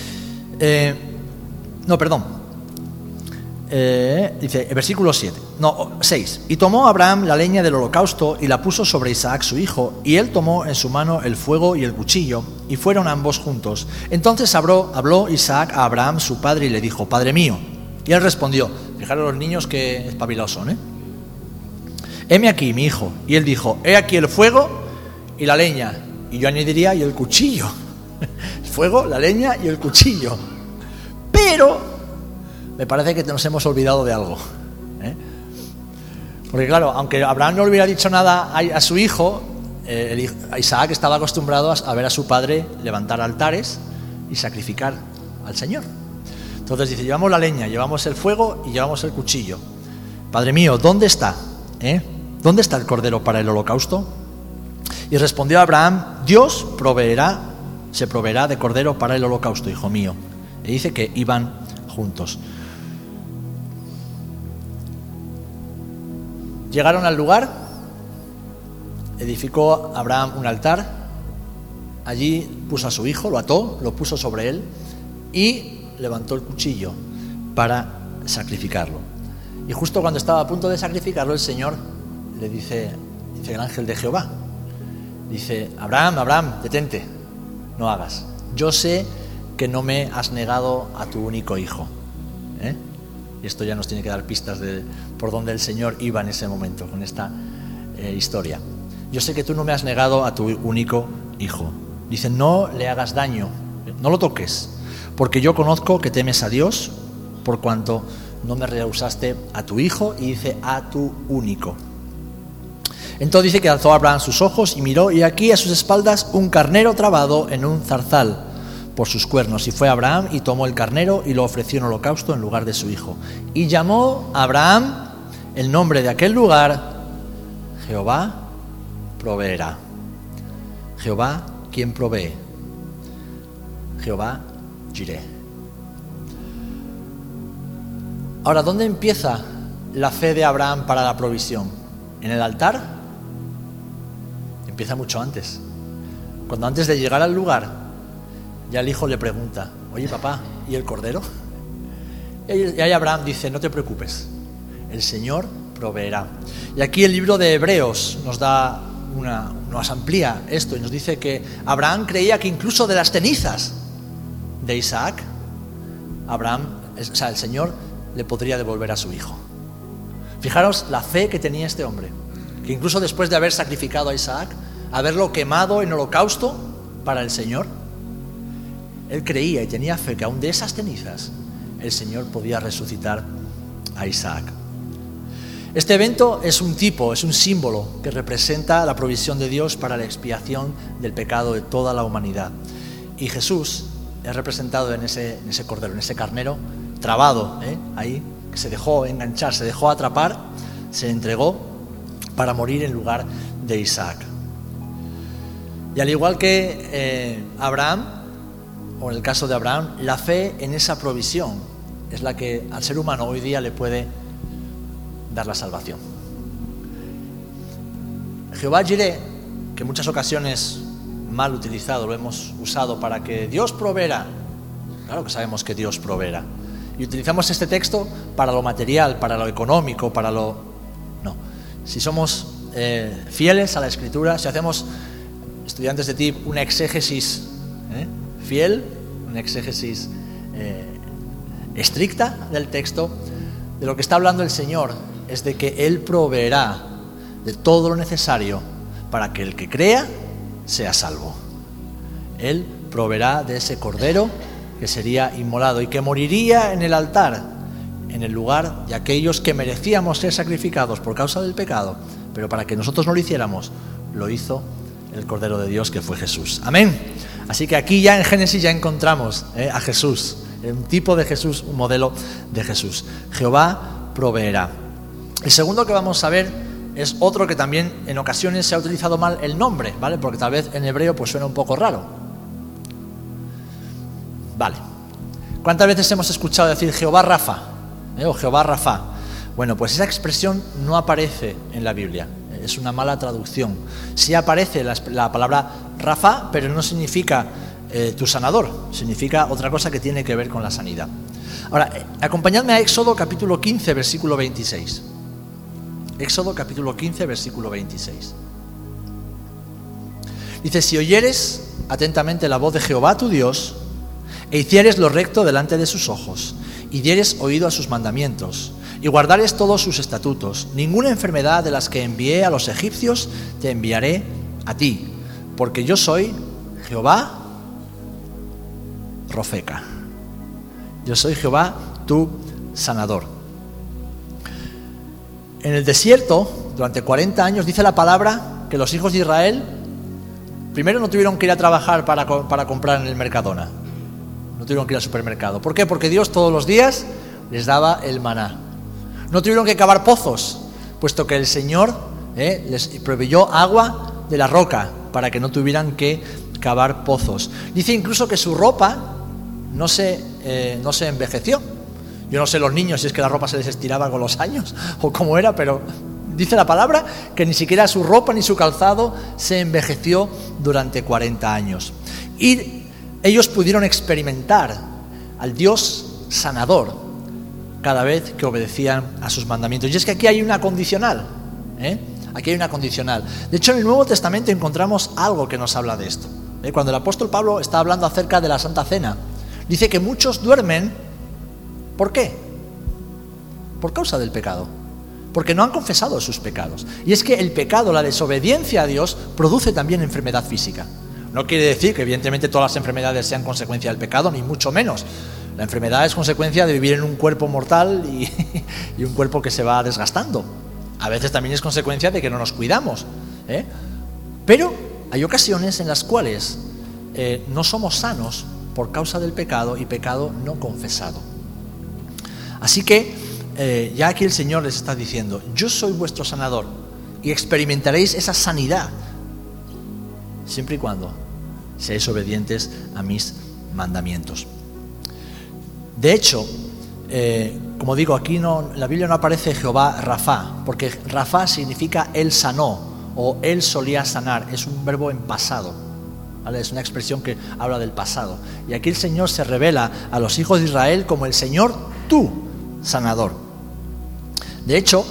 dice, versículo 6. Y tomó Abraham la leña del holocausto y la puso sobre Isaac su hijo, y él tomó en su mano el fuego y el cuchillo, y fueron ambos juntos. Entonces habló Isaac a Abraham su padre y le dijo, Padre mío. Y él respondió, fijaros los niños que espabilados son, heme aquí, mi hijo. Y él dijo, he aquí el fuego y la leña. Y yo añadiría, y el cuchillo. El fuego, la leña y el cuchillo. Pero me parece que nos hemos olvidado de algo, Porque claro, aunque Abraham no le hubiera dicho nada a su hijo, Isaac estaba acostumbrado a ver a su padre levantar altares y sacrificar al Señor. Entonces dice, llevamos la leña, llevamos el fuego y llevamos el cuchillo. Padre mío, ¿dónde está? ¿Dónde está el cordero para el holocausto? Y respondió Abraham, Dios se proveerá de cordero para el holocausto, hijo mío. Y dice que iban juntos. Llegaron al lugar, edificó Abraham un altar, allí puso a su hijo, lo ató, lo puso sobre él y levantó el cuchillo para sacrificarlo. Y justo cuando estaba a punto de sacrificarlo, el Señor le dice el ángel de Jehová, dice, Abraham, detente, no hagas. Yo sé que no me has negado a tu único hijo. Y esto ya nos tiene que dar pistas de por dónde el Señor iba en ese momento con esta historia. Yo sé que tú no me has negado a tu único hijo. Dice, no le hagas daño, no lo toques, porque yo conozco que temes a Dios, por cuanto no me rehusaste a tu hijo, y dice, a tu único. Entonces dice que alzó Abraham sus ojos y miró, y aquí a sus espaldas un carnero trabado en un zarzal por sus cuernos. Y fue Abraham y tomó el carnero y lo ofreció en holocausto en lugar de su hijo. Y llamó a Abraham el nombre de aquel lugar, Jehová proveerá. Jehová, quien provee. Jehová Jireh. Ahora, ¿dónde empieza la fe de Abraham para la provisión? ¿En el altar? Empieza mucho antes. Cuando antes de llegar al lugar, ya el hijo le pregunta: oye, papá, ¿y el cordero? Y ahí Abraham dice: no te preocupes, el Señor proveerá. Y aquí el libro de Hebreos nos amplía esto y nos dice que Abraham creía que incluso de las cenizas de Isaac, el Señor le podría devolver a su hijo. Fijaros la fe que tenía este hombre, que incluso después de haber sacrificado a Isaac, haberlo quemado en holocausto para el Señor, él creía y tenía fe que aún de esas cenizas el Señor podía resucitar a Isaac. Este evento es un tipo, es un símbolo que representa la provisión de Dios para la expiación del pecado de toda la humanidad. Y Jesús es representado en ese cordero, en ese carnero trabado, ahí, que se dejó enganchar, se dejó atrapar, se entregó para morir en lugar de Isaac. Y al igual que Abraham, o en el caso de Abraham, la fe en esa provisión es la que al ser humano hoy día le puede dar la salvación. Jehová Jireh, que en muchas ocasiones mal utilizado, lo hemos usado para que Dios proveerá. Claro que sabemos que Dios proveerá. Y utilizamos este texto para lo material, para lo económico, para lo... No. Si somos fieles a la Escritura, si hacemos, estudiantes de TIP, una exégesis fiel, una exégesis estricta del texto, de lo que está hablando el Señor es de que Él proveerá de todo lo necesario para que el que crea sea salvo. Él proveerá de ese cordero que sería inmolado y que moriría en el altar, en el lugar de aquellos que merecíamos ser sacrificados por causa del pecado, pero para que nosotros no lo hiciéramos, lo hizo el Cordero de Dios, que fue Jesús. Amén. Así que aquí ya en Génesis ya encontramos a Jesús, un tipo de Jesús, un modelo de Jesús. Jehová proveerá. El segundo que vamos a ver es otro que también en ocasiones se ha utilizado mal el nombre, ¿vale? Porque tal vez en hebreo pues suena un poco raro. Vale. ¿Cuántas veces hemos escuchado decir Jehová Rafa? O Jehová Rafa. Bueno, pues esa expresión no aparece en la Biblia. Es una mala traducción. Sí aparece la palabra Rafa, pero no significa tu sanador. Significa otra cosa que tiene que ver con la sanidad. Ahora, acompañadme a Éxodo capítulo 15, versículo 26. Éxodo capítulo 15, versículo 26. Dice: si oyeres atentamente la voz de Jehová tu Dios, e hicieres lo recto delante de sus ojos, y dieres oído a sus mandamientos, y guardares todos sus estatutos, ninguna enfermedad de las que envié a los egipcios te enviaré a ti, porque yo soy Jehová Rofeca. Yo soy Jehová tu sanador. En el desierto, durante 40 años, dice la palabra que los hijos de Israel primero no tuvieron que ir a trabajar para comprar en el Mercadona. No tuvieron que ir al supermercado. ¿Por qué? Porque Dios todos los días les daba el maná. No tuvieron que cavar pozos, puesto que el Señor les proveyó agua de la roca para que no tuvieran que cavar pozos. Dice incluso que su ropa no se envejeció. Yo no sé los niños si es que la ropa se les estiraba con los años o cómo era, pero dice la palabra que ni siquiera su ropa ni su calzado se envejeció durante 40 años. Y ellos pudieron experimentar al Dios sanador cada vez que obedecían a sus mandamientos. Y es que aquí hay una condicional, Aquí hay una condicional. De hecho, en el Nuevo Testamento encontramos algo que nos habla de esto. Cuando el apóstol Pablo está hablando acerca de la Santa Cena, dice que muchos duermen. ¿Por qué? Por causa del pecado. Porque no han confesado sus pecados. Y es que el pecado, la desobediencia a Dios, produce también enfermedad física. No quiere decir que evidentemente todas las enfermedades sean consecuencia del pecado, ni mucho menos. La enfermedad es consecuencia de vivir en un cuerpo mortal y un cuerpo que se va desgastando. A veces también es consecuencia de que no nos cuidamos. Pero hay ocasiones en las cuales no somos sanos por causa del pecado y pecado no confesado. Así que ya aquí el Señor les está diciendo: yo soy vuestro sanador y experimentaréis esa sanidad siempre y cuando seáis obedientes a mis mandamientos. De hecho, como digo, aquí en la Biblia no aparece Jehová Rafa, porque Rafa significa Él sanó o Él solía sanar, es un verbo en pasado, ¿vale? Es una expresión que habla del pasado. Y aquí el Señor se revela a los hijos de Israel como el Señor, tu sanador. De hecho,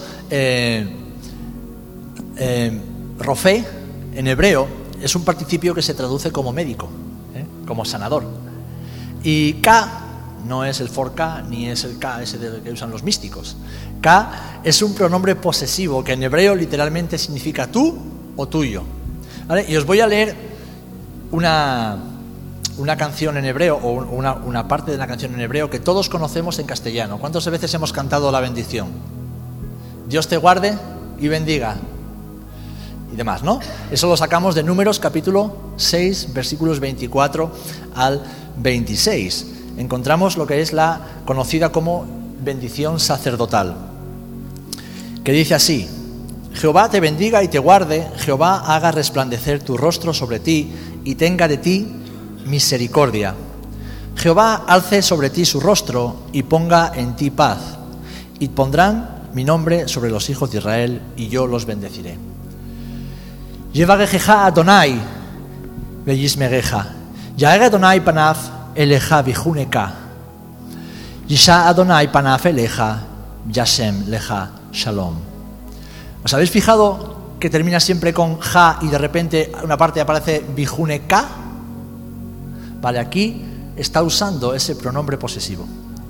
Rofé en hebreo es un participio que se traduce como médico, como sanador. Y K no es el for K ni es el K ese que usan los místicos. K es un pronombre posesivo que en hebreo literalmente significa tú o tuyo, ¿vale? Y os voy a leer una canción en hebreo o una parte de una canción en hebreo que todos conocemos en castellano. ¿Cuántas veces hemos cantado la bendición? Dios te guarde y bendiga y demás, ¿no? Eso lo sacamos de Números capítulo 6, versículos 24 al 26. Encontramos lo que es la conocida como bendición sacerdotal, que dice así: Jehová te bendiga y te guarde, Jehová haga resplandecer tu rostro sobre ti y tenga de ti misericordia. Jehová alce sobre ti su rostro y ponga en ti paz, y pondrán mi nombre sobre los hijos de Israel y yo los bendeciré. Yevarejeja Adonai veyismereja, yaer Adonai panav eleja vijuneka, yisha Adonai panav eleja, yashem leja shalom. ¿Os habéis fijado que termina siempre con ja y de repente una parte aparece vijuneka? Vale, aquí está usando ese pronombre posesivo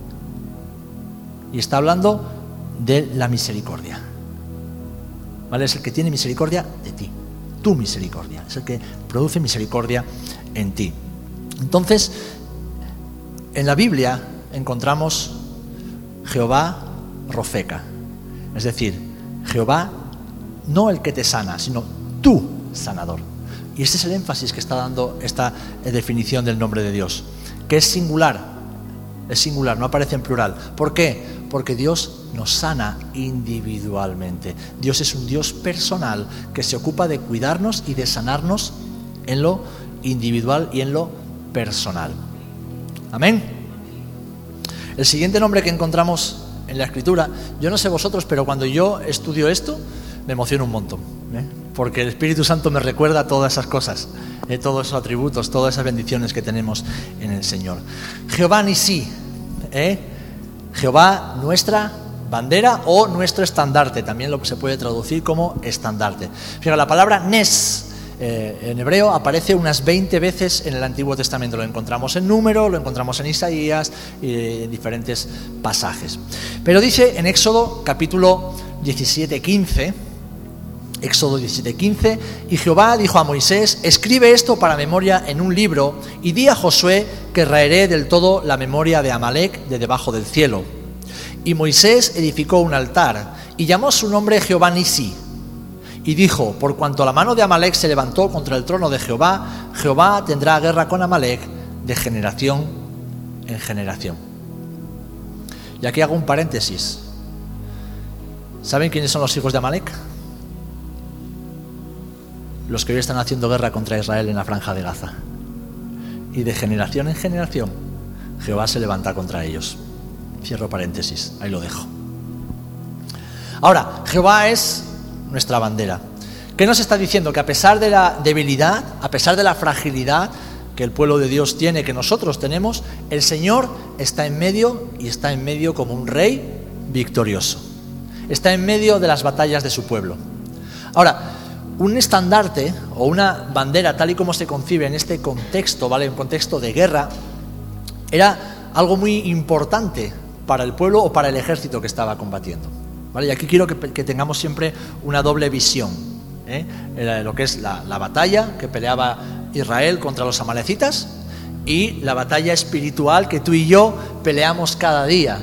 y está hablando de la misericordia, ¿vale? Es el que tiene misericordia de ti, tu misericordia, es el que produce misericordia en ti. Entonces, en la Biblia encontramos Jehová Rofeka, es decir, Jehová no el que te sana, sino tu sanador. Y este es el énfasis que está dando esta definición del nombre de Dios, que es singular, no aparece en plural. ¿Por qué? Porque Dios nos sana individualmente. Dios es un Dios personal que se ocupa de cuidarnos y de sanarnos en lo individual y en lo personal. Amén. El siguiente nombre que encontramos en la Escritura, yo no sé vosotros, pero cuando yo estudio esto, me emociono un montón, porque el Espíritu Santo me recuerda todas esas cosas, todos esos atributos, todas esas bendiciones que tenemos en el Señor. Jehová Nisí, Jehová nuestra bandera o nuestro estandarte, también lo que se puede traducir como estandarte. Fíjate, la palabra Nes en hebreo aparece unas 20 veces en el Antiguo Testamento. Lo encontramos en Número, lo encontramos en Isaías y en diferentes pasajes. Pero dice en Éxodo capítulo 17:15, Éxodo 17:15, y Jehová dijo a Moisés: escribe esto para memoria en un libro y di a Josué que raeré del todo la memoria de Amalec de debajo del cielo. Y Moisés edificó un altar y llamó su nombre Jehová Nisí. Y dijo: por cuanto la mano de Amalec se levantó contra el trono de Jehová, Jehová tendrá guerra con Amalec de generación en generación. Y aquí hago un paréntesis. ¿Saben quiénes son los hijos de Amalec? Los que hoy están haciendo guerra contra Israel en la franja de Gaza. Y de generación en generación, Jehová se levanta contra ellos. Cierro paréntesis, ahí lo dejo. Ahora, Jehová es nuestra bandera. ¿Qué nos está diciendo? Que a pesar de la debilidad, a pesar de la fragilidad que el pueblo de Dios tiene, que nosotros tenemos, el Señor está en medio, y está en medio como un rey victorioso. Está en medio de las batallas de su pueblo. Ahora, un estandarte o una bandera, tal y como se concibe en este contexto, ¿vale? Un contexto de guerra, era algo muy importante para el pueblo o para el ejército que estaba combatiendo, ¿vale? Y aquí quiero que tengamos siempre una doble visión, lo que es la batalla que peleaba Israel contra los amalecitas y la batalla espiritual que tú y yo peleamos cada día,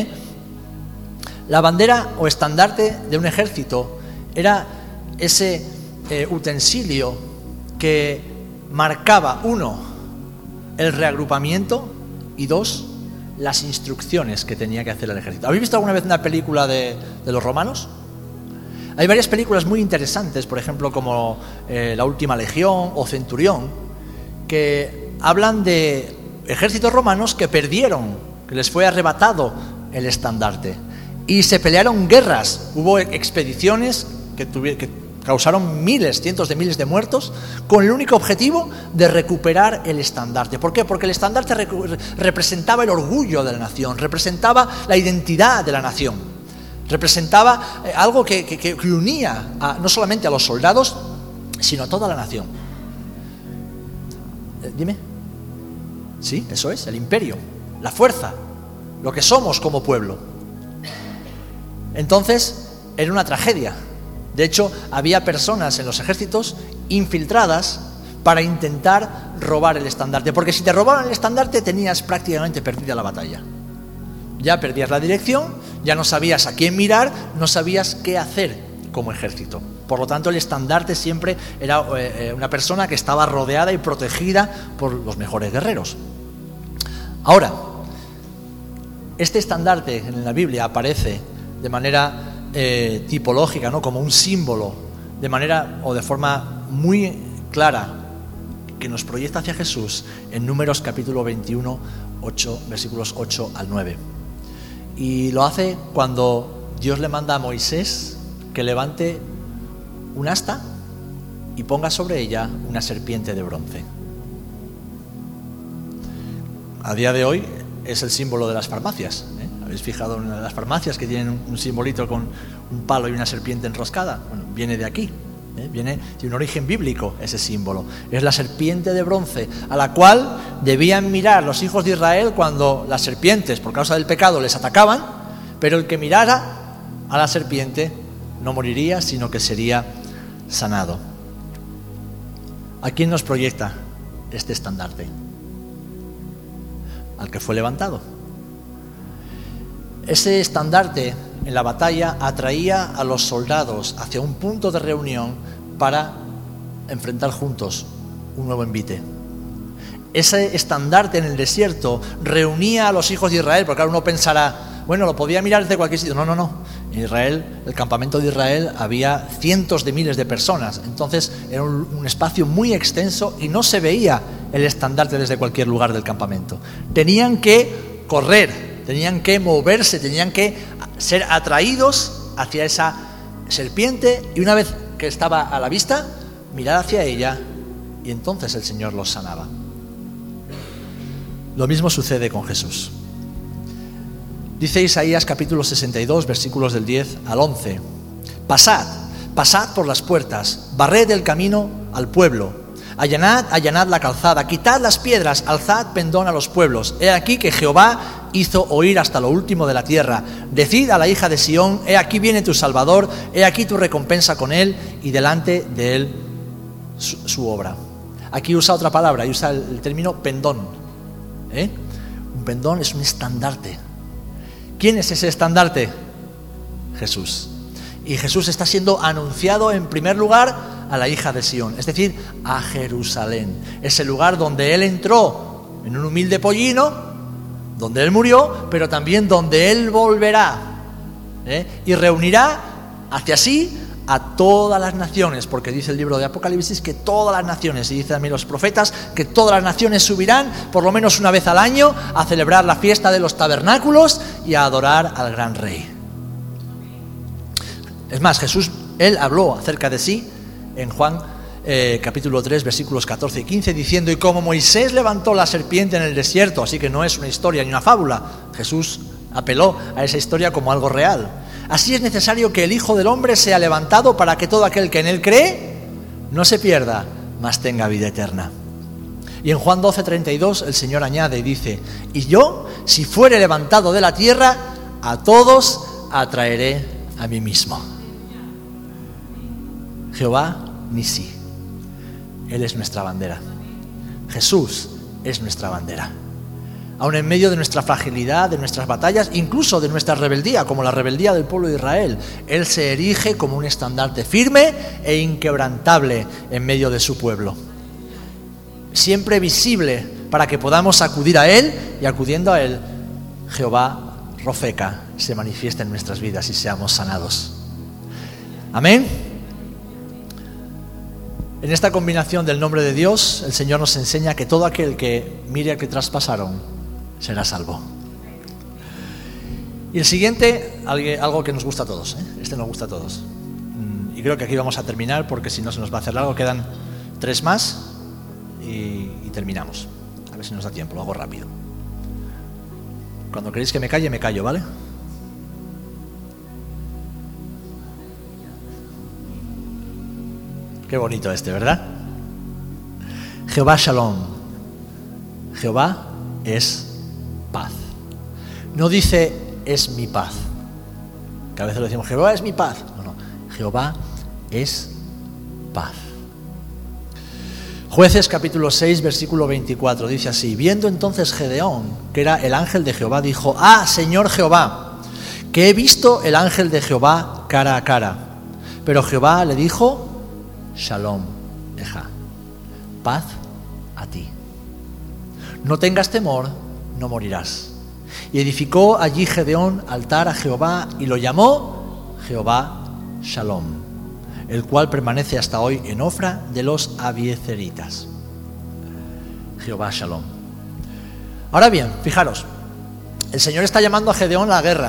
La bandera o estandarte de un ejército era ese utensilio que marcaba, uno, el reagrupamiento y dos, las instrucciones que tenía que hacer el ejército. ¿Habéis visto alguna vez una película de los romanos? Hay varias películas muy interesantes, por ejemplo, como La Última Legión o Centurión, que hablan de ejércitos romanos que perdieron, que les fue arrebatado el estandarte. Y se pelearon guerras, hubo expediciones que causaron miles, cientos de miles de muertos, con el único objetivo de recuperar el estandarte. ¿Por qué? Porque el estandarte representaba el orgullo de la nación, representaba la identidad de la nación, representaba algo que unía no solamente a los soldados, sino a toda la nación. Dime. Sí, eso es, el imperio, la fuerza, lo que somos como pueblo. Entonces, era una tragedia. De hecho, había personas en los ejércitos infiltradas para intentar robar el estandarte, porque si te robaban el estandarte tenías prácticamente perdida la batalla. Ya perdías la dirección, ya no sabías a quién mirar, no sabías qué hacer como ejército. Por lo tanto, el estandarte siempre era una persona que estaba rodeada y protegida por los mejores guerreros. Ahora, este estandarte en la Biblia aparece de manera tipológica, ¿no? Como un símbolo, de manera o de forma muy clara, que nos proyecta hacia Jesús en Números capítulo 21, 8, versículos 8 al 9. Y lo hace cuando Dios le manda a Moisés que levante un asta y ponga sobre ella una serpiente de bronce. A día de hoy es el símbolo de las farmacias. ¿Habéis fijado en las farmacias que tienen un simbolito con un palo y una serpiente enroscada? Bueno, viene de aquí, viene de un origen bíblico ese símbolo. Es la serpiente de bronce a la cual debían mirar los hijos de Israel cuando las serpientes, por causa del pecado, les atacaban, pero el que mirara a la serpiente no moriría, sino que sería sanado. ¿A quién nos proyecta este estandarte? Al que fue levantado. Ese estandarte en la batalla atraía a los soldados hacia un punto de reunión para enfrentar juntos un nuevo envite. Ese estandarte en el desierto reunía a los hijos de Israel, porque claro, uno pensará, bueno, lo podía mirar desde cualquier sitio. No. En Israel, el campamento de Israel, había cientos de miles de personas. Entonces era un espacio muy extenso y no se veía el estandarte desde cualquier lugar del campamento. Tenían que correr, tenían que moverse, tenían que ser atraídos hacia esa serpiente y una vez que estaba a la vista, mirar hacia ella y entonces el Señor los sanaba. Lo mismo sucede con Jesús. Dice Isaías capítulo 62, versículos del 10 al 11. Pasad por las puertas, barred el camino al pueblo. Allanad la calzada, quitad las piedras, alzad pendón a los pueblos. He aquí que Jehová hizo oír hasta lo último de la tierra. Decid a la hija de Sión, he aquí viene tu Salvador, he aquí tu recompensa con él y delante de él su obra. Aquí usa otra palabra, y usa el término pendón. Un pendón es un estandarte. ¿Quién es ese estandarte? Jesús. Y Jesús está siendo anunciado en primer lugar a la hija de Sión, es decir, a Jerusalén, ese lugar donde Él entró en un humilde pollino, donde Él murió, pero también donde Él volverá, y reunirá hacia sí a todas las naciones, porque dice el libro de Apocalipsis que todas las naciones, y dice también los profetas, que todas las naciones subirán por lo menos una vez al año a celebrar la fiesta de los tabernáculos y a adorar al gran Rey. Es más, Jesús, Él habló acerca de sí en Juan capítulo 3, versículos 14 y 15, diciendo: y como Moisés levantó la serpiente en el desierto, así que no es una historia ni una fábula, Jesús apeló a esa historia como algo real. Así es necesario que el Hijo del Hombre sea levantado para que todo aquel que en Él cree no se pierda, mas tenga vida eterna. Y en Juan 12:32 el Señor añade y dice: y yo, si fuere levantado de la tierra, a todos atraeré a mí mismo. Jehová Nisi, Él es nuestra bandera. Jesús es nuestra bandera. Aun en medio de nuestra fragilidad, de nuestras batallas, incluso de nuestra rebeldía, como la rebeldía del pueblo de Israel, Él se erige como un estandarte firme e inquebrantable en medio de su pueblo. Siempre visible para que podamos acudir a Él, y acudiendo a Él, Jehová Rofeca se manifiesta en nuestras vidas y seamos sanados. Amén. En esta combinación del nombre de Dios, el Señor nos enseña que todo aquel que mire al que traspasaron será salvo. Y el siguiente, algo que nos gusta a todos, ¿eh? Este nos gusta a todos. Y creo que aquí vamos a terminar porque si no se nos va a hacer largo. Quedan 3 más y terminamos. A ver si nos da tiempo, lo hago rápido. Cuando queréis que me calle, me callo, ¿vale? Qué bonito este, ¿verdad? Jehová Shalom. Jehová es paz. No dice es mi paz. Que a veces lo decimos, Jehová es mi paz. No. Jehová es paz. Jueces capítulo 6, versículo 24, dice así: viendo entonces Gedeón, que era el ángel de Jehová, dijo: ah, Señor Jehová, que he visto el ángel de Jehová cara a cara. Pero Jehová le dijo: Shalom, Eja, paz a ti. No tengas temor, no morirás. Y edificó allí Gedeón altar a Jehová y lo llamó Jehová Shalom, el cual permanece hasta hoy en Ofra de los abiezeritas. Jehová Shalom. Ahora bien, fijaros, el Señor está llamando a Gedeón a la guerra.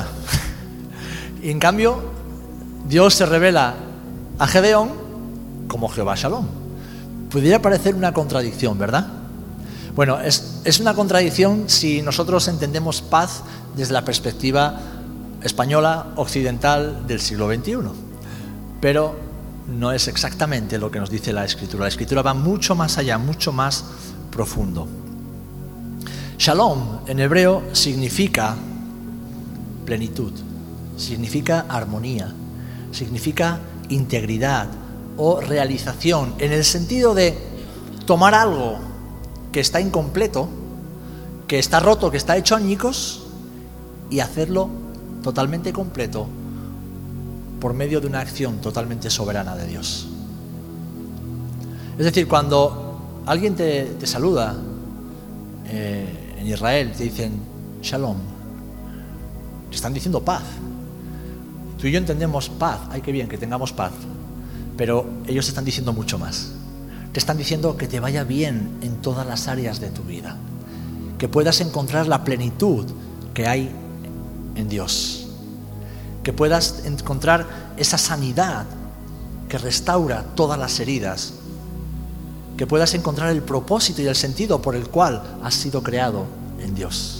Y en cambio, Dios se revela a Gedeón como Jehová Shalom. Pudiera parecer una contradicción, ¿verdad? Bueno, es una contradicción si nosotros entendemos paz desde la perspectiva española occidental del siglo XXI. Pero no es exactamente lo que nos dice la Escritura. La Escritura va mucho más allá, mucho más profundo. Shalom en hebreo significa plenitud, significa armonía, significa integridad o realización, en el sentido de tomar algo que está incompleto, que está roto, que está hecho añicos, y hacerlo totalmente completo por medio de una acción totalmente soberana de Dios. Es decir, cuando alguien te saluda en Israel, te dicen Shalom, te están diciendo paz. Tú y yo entendemos paz, ay, qué bien que tengamos paz, pero ellos te están diciendo mucho más. Te están diciendo que te vaya bien en todas las áreas de tu vida, que puedas encontrar la plenitud que hay en Dios, que puedas encontrar esa sanidad que restaura todas las heridas, que puedas encontrar el propósito y el sentido por el cual has sido creado en Dios.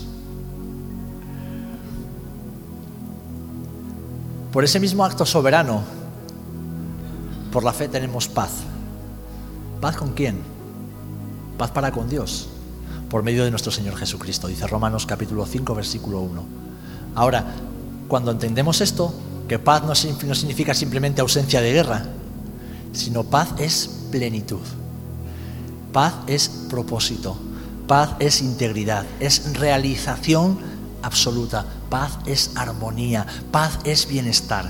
Por ese mismo acto soberano, por la fe tenemos paz. ¿Paz con quién? Paz para con Dios, por medio de nuestro Señor Jesucristo, dice Romanos capítulo 5, versículo 1. Ahora, cuando entendemos esto, que paz no significa simplemente ausencia de guerra, sino paz es plenitud, paz es propósito, paz es integridad, es realización absoluta, paz es armonía, paz es bienestar.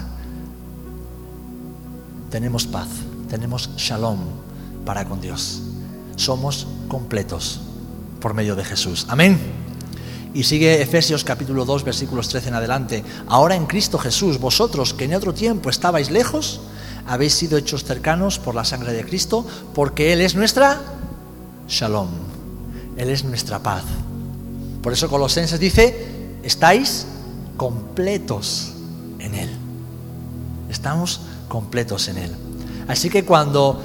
Tenemos paz, tenemos shalom para con Dios. Somos completos por medio de Jesús. Amén. Y sigue Efesios capítulo 2, versículos 13 en adelante. Ahora en Cristo Jesús, vosotros que en otro tiempo estabais lejos, habéis sido hechos cercanos por la sangre de Cristo, porque Él es nuestra shalom. Él es nuestra paz. Por eso Colosenses dice, estáis completos en Él. Estamos completos en Él. Así que cuando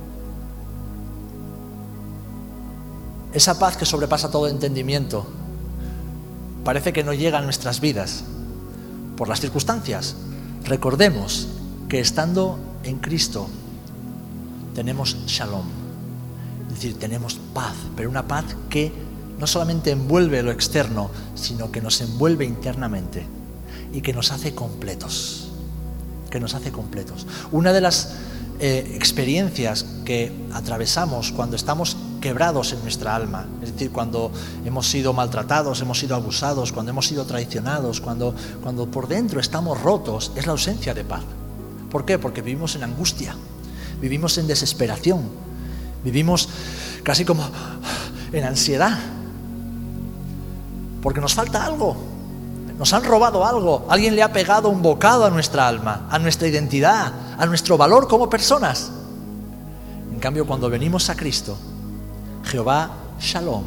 esa paz que sobrepasa todo entendimiento parece que no llega a nuestras vidas por las circunstancias, recordemos que estando en Cristo tenemos shalom, es decir, tenemos paz, pero una paz que no solamente envuelve lo externo, sino que nos envuelve internamente y que nos hace completos, Una de las experiencias que atravesamos cuando estamos quebrados en nuestra alma, es decir, cuando hemos sido maltratados, hemos sido abusados, cuando hemos sido traicionados, cuando por dentro estamos rotos, es la ausencia de paz. ¿Por qué? Porque vivimos en angustia, vivimos en desesperación, vivimos casi como en ansiedad, porque nos falta algo, nos han robado algo, alguien le ha pegado un bocado a nuestra alma, a nuestra identidad, a nuestro valor como personas. En cambio, cuando venimos a Cristo, Jehová Shalom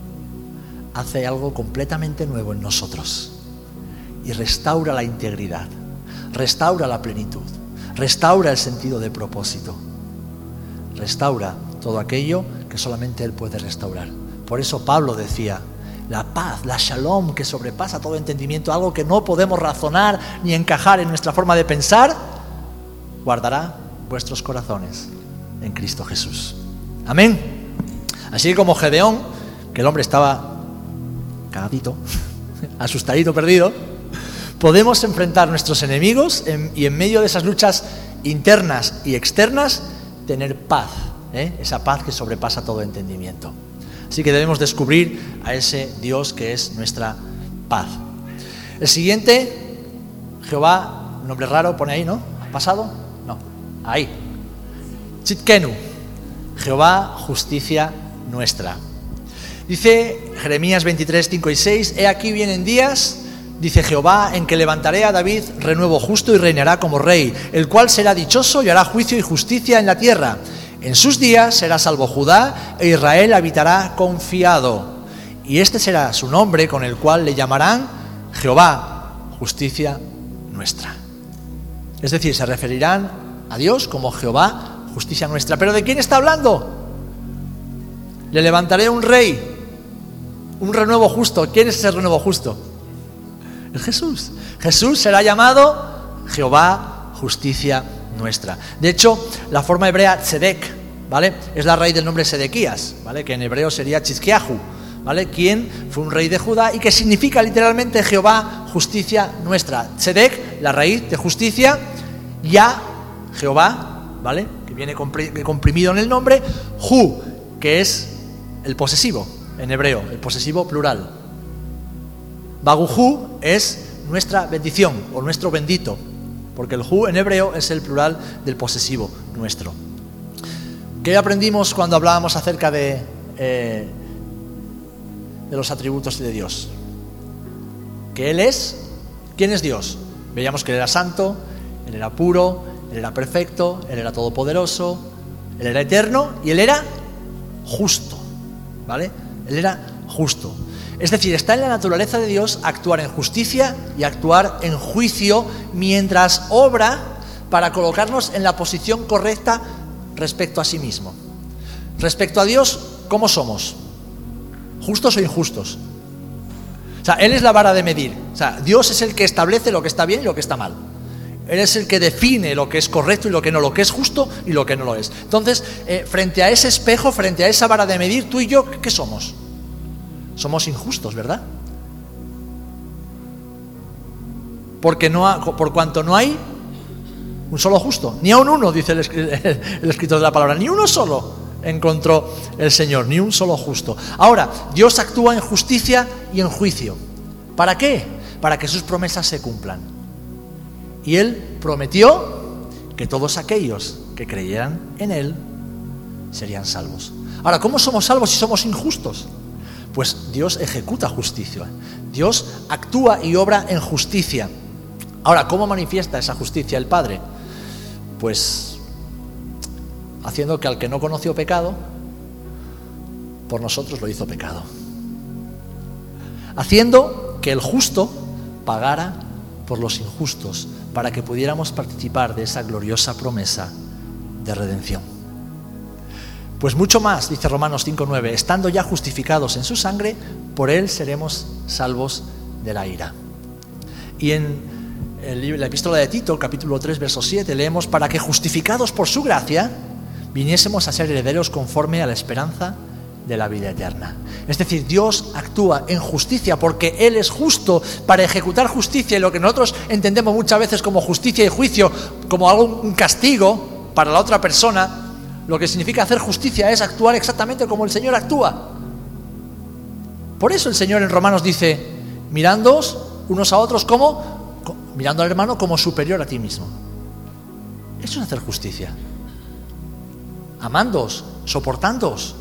hace algo completamente nuevo en nosotros y restaura la integridad, restaura la plenitud, restaura el sentido de propósito, restaura todo aquello que solamente Él puede restaurar. Por eso Pablo decía, la paz, la shalom que sobrepasa todo entendimiento, algo que no podemos razonar ni encajar en nuestra forma de pensar, guardará vuestros corazones en Cristo Jesús. Amén. Así como Gedeón, que el hombre estaba cagadito, asustadito, perdido, podemos enfrentar nuestros enemigos y en medio de esas luchas internas y externas tener paz, esa paz que sobrepasa todo entendimiento. Así que debemos descubrir a ese Dios que es nuestra paz. El siguiente, Jehová, un nombre raro, pone ahí, ¿no? ¿Pasado? No, ahí. Tzidkenu, Jehová, justicia nuestra. Dice Jeremías 23, 5 y 6, he aquí vienen días, dice Jehová, en que levantaré a David renuevo justo y reinará como rey, el cual será dichoso y hará juicio y justicia en la tierra. En sus días será salvo Judá e Israel habitará confiado. Y este será su nombre con el cual le llamarán Jehová, justicia nuestra. Es decir, se referirán a Dios como Jehová, justicia nuestra. ¿Pero de quién está hablando? Le levantaré un rey, un renuevo justo. ¿Quién es ese renuevo justo? Es Jesús. Jesús será llamado Jehová, justicia nuestra. De hecho, la forma hebrea tzedek, ¿vale?, es la raíz del nombre Sedequías, ¿vale?, que en hebreo sería Tzidkiahu, ¿vale?, quien fue un rey de Judá y que significa literalmente Jehová, justicia nuestra. Tzedek, la raíz de justicia, Ya, Jehová, ¿vale?, que viene comprimido en el nombre, Hu, que es el posesivo en hebreo, el posesivo plural. Baguhu es nuestra bendición o nuestro bendito, porque el Hu en hebreo es el plural del posesivo nuestro. ¿Qué aprendimos cuando hablábamos acerca de los atributos de Dios? Que Él es, ¿quién es Dios? Veíamos que Él era santo, Él era puro, Él era perfecto, Él era todopoderoso, Él era eterno y Él era justo, ¿vale? Él era justo. Es decir, está en la naturaleza de Dios actuar en justicia y actuar en juicio mientras obra para colocarnos en la posición correcta respecto a sí mismo. Respecto a Dios, ¿cómo somos? ¿Justos o injustos? O sea, Él es la vara de medir. O sea, Dios es el que establece lo que está bien y lo que está mal. Él es el que define lo que es correcto y lo que no, lo que es justo y lo que no lo es. Entonces, frente a ese espejo, frente a esa vara de medir, tú y yo, ¿qué somos? Somos injustos, ¿verdad? Porque por cuanto no hay un solo justo, ni aun uno, dice el escritor de la palabra, ni uno solo encontró el Señor, ni un solo justo. Ahora, Dios actúa en justicia y en juicio. ¿Para qué? Para que sus promesas se cumplan. Y Él prometió que todos aquellos que creyeran en Él serían salvos. Ahora, ¿cómo somos salvos si somos injustos? Pues Dios ejecuta justicia. Dios actúa y obra en justicia. Ahora, ¿cómo manifiesta esa justicia el Padre? Pues haciendo que al que no conoció pecado, por nosotros lo hizo pecado. Haciendo que el justo pagara por los injustos, para que pudiéramos participar de esa gloriosa promesa de redención. Pues mucho más, dice Romanos 5:9, estando ya justificados en su sangre, por Él seremos salvos de la ira. Y en la epístola de Tito, capítulo 3, verso 7, leemos, para que justificados por su gracia, viniésemos a ser herederos conforme a la esperanza de la vida eterna. Es decir, Dios actúa en justicia porque Él es justo para ejecutar justicia, y lo que nosotros entendemos muchas veces como justicia y juicio, como un castigo para la otra persona, lo que significa hacer justicia es actuar exactamente como el Señor actúa. Por eso el Señor en Romanos dice, mirándoos unos a otros mirando al hermano como superior a ti mismo. Eso es hacer justicia. Amándoos, soportándoos,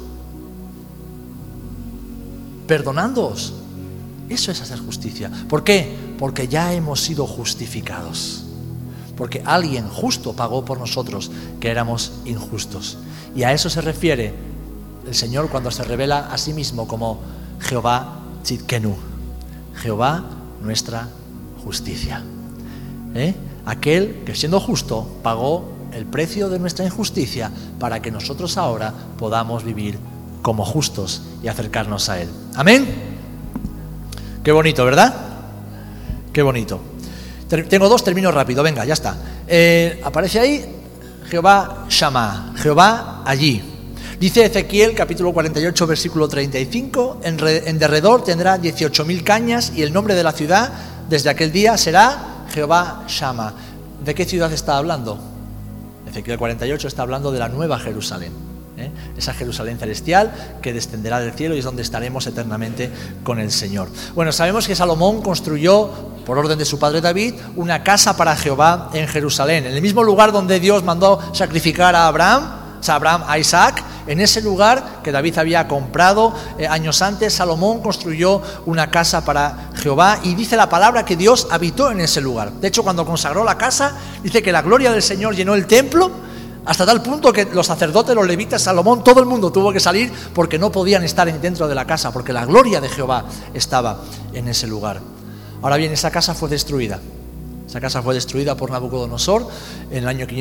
perdonándoos. Eso es hacer justicia. ¿Por qué? Porque ya hemos sido justificados. Porque alguien justo pagó por nosotros, que éramos injustos. Y a eso se refiere el Señor cuando se revela a sí mismo como Jehová Tzidkenu, Jehová nuestra justicia. Aquel que siendo justo pagó el precio de nuestra injusticia para que nosotros ahora podamos vivir como justos y acercarnos a Él. Amén. Qué bonito, ¿verdad? Qué bonito. Tengo dos, termino rápido, venga, ya está. Aparece ahí Jehová Shammah, Jehová allí. Dice Ezequiel, capítulo 48, versículo 35, en derredor tendrá 18.000 cañas y el nombre de la ciudad desde aquel día será Jehová Shammah. ¿De qué ciudad está hablando? Ezequiel 48 está hablando de la nueva Jerusalén, esa Jerusalén celestial que descenderá del cielo y es donde estaremos eternamente con el Señor. Bueno, sabemos que Salomón construyó, por orden de su padre David, una casa para Jehová en Jerusalén, en el mismo lugar donde Dios mandó sacrificar a a Isaac. En ese lugar que David había comprado años antes, Salomón construyó una casa para Jehová y dice la palabra que Dios habitó en ese lugar. De hecho, cuando consagró la casa, dice que la gloria del Señor llenó el templo hasta tal punto que los sacerdotes, los levitas, Salomón, todo el mundo tuvo que salir porque no podían estar dentro de la casa, porque la gloria de Jehová estaba en ese lugar. Ahora bien, esa casa fue destruida. Esa casa fue destruida por Nabucodonosor en el año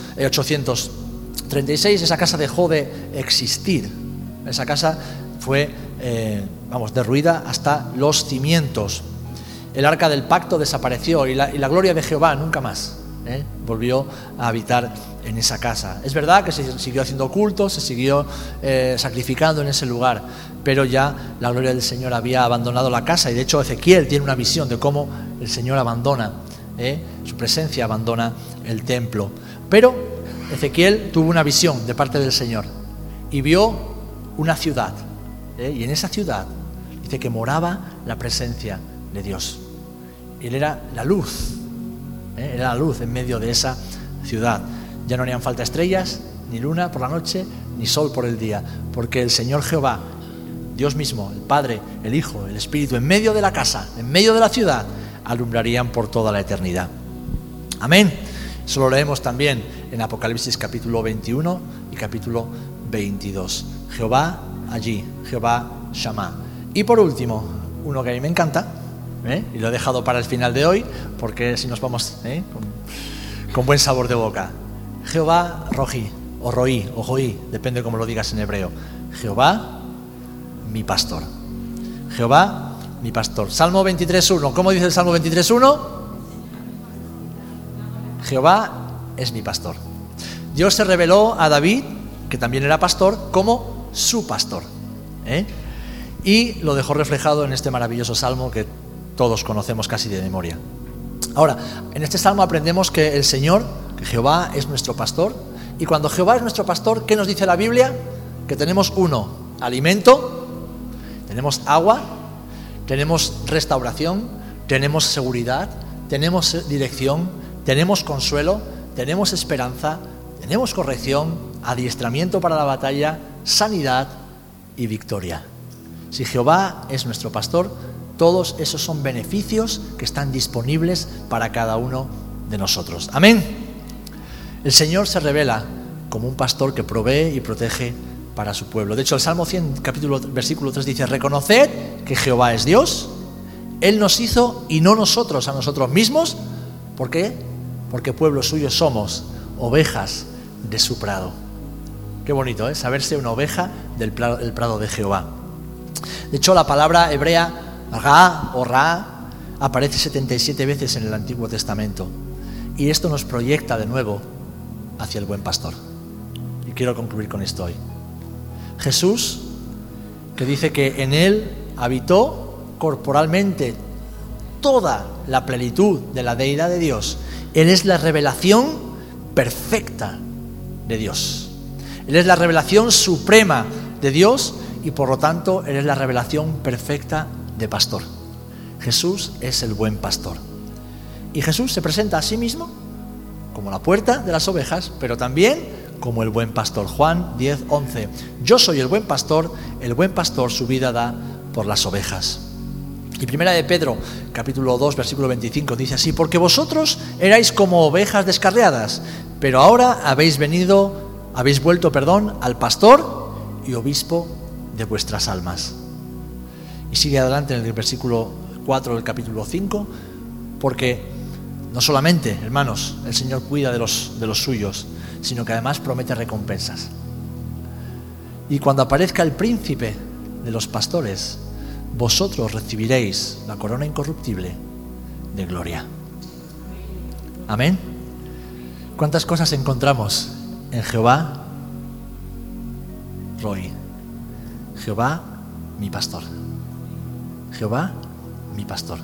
836. Esa casa dejó de existir. Esa casa fue, derruida hasta los cimientos. El arca del pacto desapareció y la gloria de Jehová nunca más volvió a habitar en esa casa. Es verdad que se siguió haciendo culto, se siguió sacrificando en ese lugar, pero ya la gloria del Señor había abandonado la casa y de hecho Ezequiel tiene una visión de cómo el Señor abandona, su presencia abandona el templo. Pero Ezequiel tuvo una visión de parte del Señor y vio una ciudad, y en esa ciudad dice que moraba la presencia de Dios. Él era la luz, era la luz en medio de esa ciudad. Ya no harían falta estrellas, ni luna por la noche, ni sol por el día, porque el Señor Jehová, Dios mismo, el Padre, el Hijo, el Espíritu, en medio de la casa, en medio de la ciudad, alumbrarían por toda la eternidad. Amén. Eso lo leemos también en Apocalipsis capítulo 21 y capítulo 22. Jehová allí, Jehová Shammah. Y por último, uno que a mí me encanta, y lo he dejado para el final de hoy, porque si nos vamos con buen sabor de boca. Jehová Rohi, o Roí, o Joí, depende cómo lo digas en hebreo. Jehová, mi pastor. Jehová, mi pastor. Salmo 23.1. ¿Cómo dice el Salmo 23.1? Jehová es mi pastor. Dios se reveló a David, que también era pastor, como su pastor. Y lo dejó reflejado en este maravilloso salmo que todos conocemos casi de memoria. Ahora, en este salmo aprendemos que el Señor, que Jehová es nuestro pastor, y cuando Jehová es nuestro pastor, ¿qué nos dice la Biblia? Que tenemos alimento, tenemos agua, tenemos restauración, tenemos seguridad, tenemos dirección, tenemos consuelo, tenemos esperanza, tenemos corrección, adiestramiento para la batalla, sanidad y victoria. Si Jehová es nuestro pastor, todos esos son beneficios que están disponibles para cada uno de nosotros. Amén. El Señor se revela como un pastor que provee y protege para su pueblo. De hecho, el Salmo 100, versículo 3 dice: reconoced que Jehová es Dios, Él nos hizo y no nosotros a nosotros mismos. ¿Por qué? Porque pueblo suyo somos, ovejas de su prado. Qué bonito, saberse una oveja del prado de Jehová. De hecho, la palabra hebrea Ra o Ra aparece 77 veces en el Antiguo Testamento. Y esto nos proyecta de nuevo hacia el buen pastor. Y quiero concluir con esto hoy. Jesús, que dice que en Él habitó corporalmente toda la plenitud de la deidad de Dios. Él es la revelación perfecta de Dios. Él es la revelación suprema de Dios y por lo tanto Él es la revelación perfecta de pastor. Jesús es el buen pastor. Y Jesús se presenta a sí mismo como la puerta de las ovejas, pero también como el buen pastor. Juan 10:11. Yo soy el buen pastor su vida da por las ovejas. Y primera de Pedro, capítulo 2, versículo 25, dice así: porque vosotros erais como ovejas descarriadas, pero ahora habéis vuelto al pastor y obispo de vuestras almas. Y sigue adelante en el versículo 4 del capítulo 5, porque no solamente, hermanos, el Señor cuida de los suyos, sino que además promete recompensas. Y cuando aparezca el príncipe de los pastores, vosotros recibiréis la corona incorruptible de gloria. Amén. ¿Cuántas cosas encontramos en Jehová Roy? Jehová, mi pastor. Jehová, mi pastor.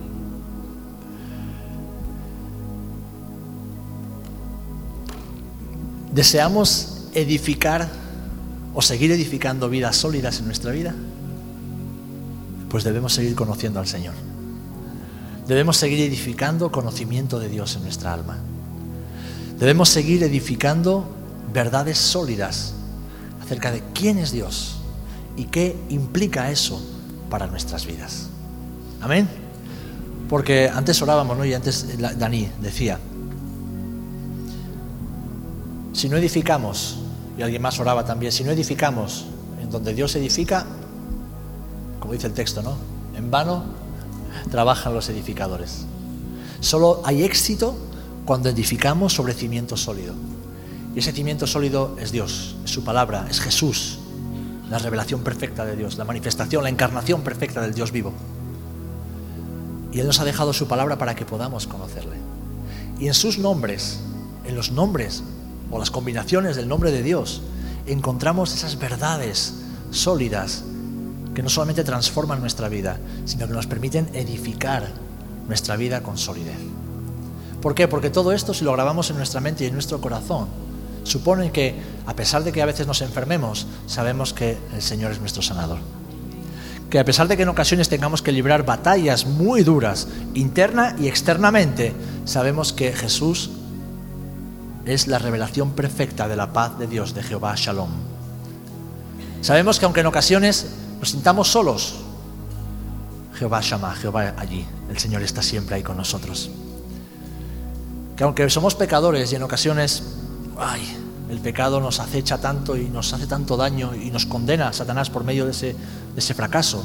¿Deseamos edificar o seguir edificando vidas sólidas en nuestra vida? Pues debemos seguir conociendo al Señor. Debemos seguir edificando conocimiento de Dios en nuestra alma. Debemos seguir edificando verdades sólidas acerca de quién es Dios y qué implica eso para nuestras vidas. Amén. Porque antes orábamos, ¿no? Y antes Dani decía: si no edificamos, y alguien más oraba también, si no edificamos en donde Dios edifica, como dice el texto, ¿no? En vano trabajan los edificadores. Solo hay éxito cuando edificamos sobre cimiento sólido. Y ese cimiento sólido es Dios, es su palabra, es Jesús, la revelación perfecta de Dios, la manifestación, la encarnación perfecta del Dios vivo. Y Él nos ha dejado su palabra para que podamos conocerle. Y en sus nombres, en los nombres o las combinaciones del nombre de Dios, encontramos esas verdades sólidas que no solamente transforman nuestra vida, sino que nos permiten edificar nuestra vida con solidez. ¿Por qué? Porque todo esto, si lo grabamos en nuestra mente y en nuestro corazón, supone que, a pesar de que a veces nos enfermemos, sabemos que el Señor es nuestro sanador. Que a pesar de que en ocasiones tengamos que librar batallas muy duras, interna y externamente, sabemos que Jesús es la revelación perfecta de la paz de Dios, de Jehová Shalom. Sabemos que aunque en ocasiones nos sintamos solos, Jehová Shammah, Jehová allí, el Señor está siempre ahí con nosotros. Que aunque somos pecadores y en ocasiones, el pecado nos acecha tanto y nos hace tanto daño y nos condena a Satanás por medio de ese fracaso,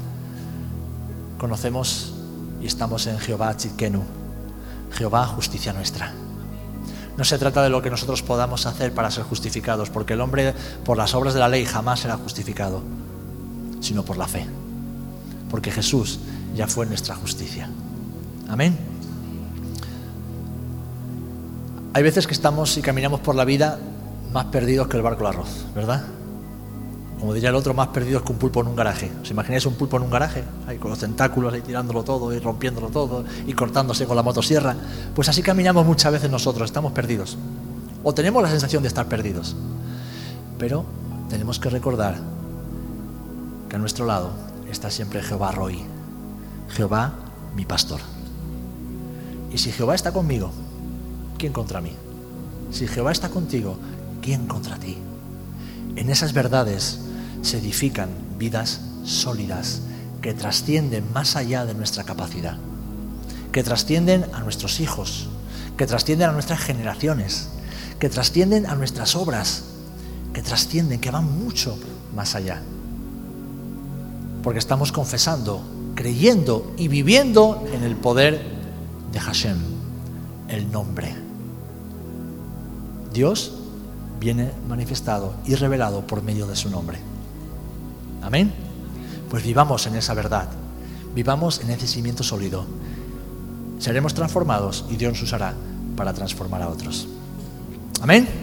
conocemos y estamos en Jehová Tzidkenu, Jehová justicia nuestra. No se trata de lo que nosotros podamos hacer para ser justificados, porque el hombre por las obras de la ley jamás será justificado, sino por la fe, porque Jesús ya fue nuestra justicia. Amén. Hay veces que estamos y caminamos por la vida más perdidos que el barco al arroz, ¿verdad? Como diría el otro, más perdidos que un pulpo en un garaje. ¿Os imagináis un pulpo en un garaje? Ahí con los tentáculos, ahí tirándolo todo y rompiéndolo todo y cortándose con la motosierra. Pues así caminamos muchas veces nosotros, estamos perdidos. O tenemos la sensación de estar perdidos. Pero tenemos que recordar que a nuestro lado está siempre Jehová Roy, Jehová mi pastor. Y si Jehová está conmigo, ¿quién contra mí? Si Jehová está contigo, ¿quién contra ti? En esas verdades se edifican vidas sólidas que trascienden más allá de nuestra capacidad, que trascienden a nuestros hijos, que trascienden a nuestras generaciones, que trascienden a nuestras obras, que trascienden, que van mucho más allá. Porque estamos confesando, creyendo y viviendo en el poder de Hashem, el nombre. Dios viene manifestado y revelado por medio de su nombre. Amén. Pues vivamos en esa verdad, vivamos en ese cimiento sólido. Seremos transformados y Dios nos usará para transformar a otros. Amén.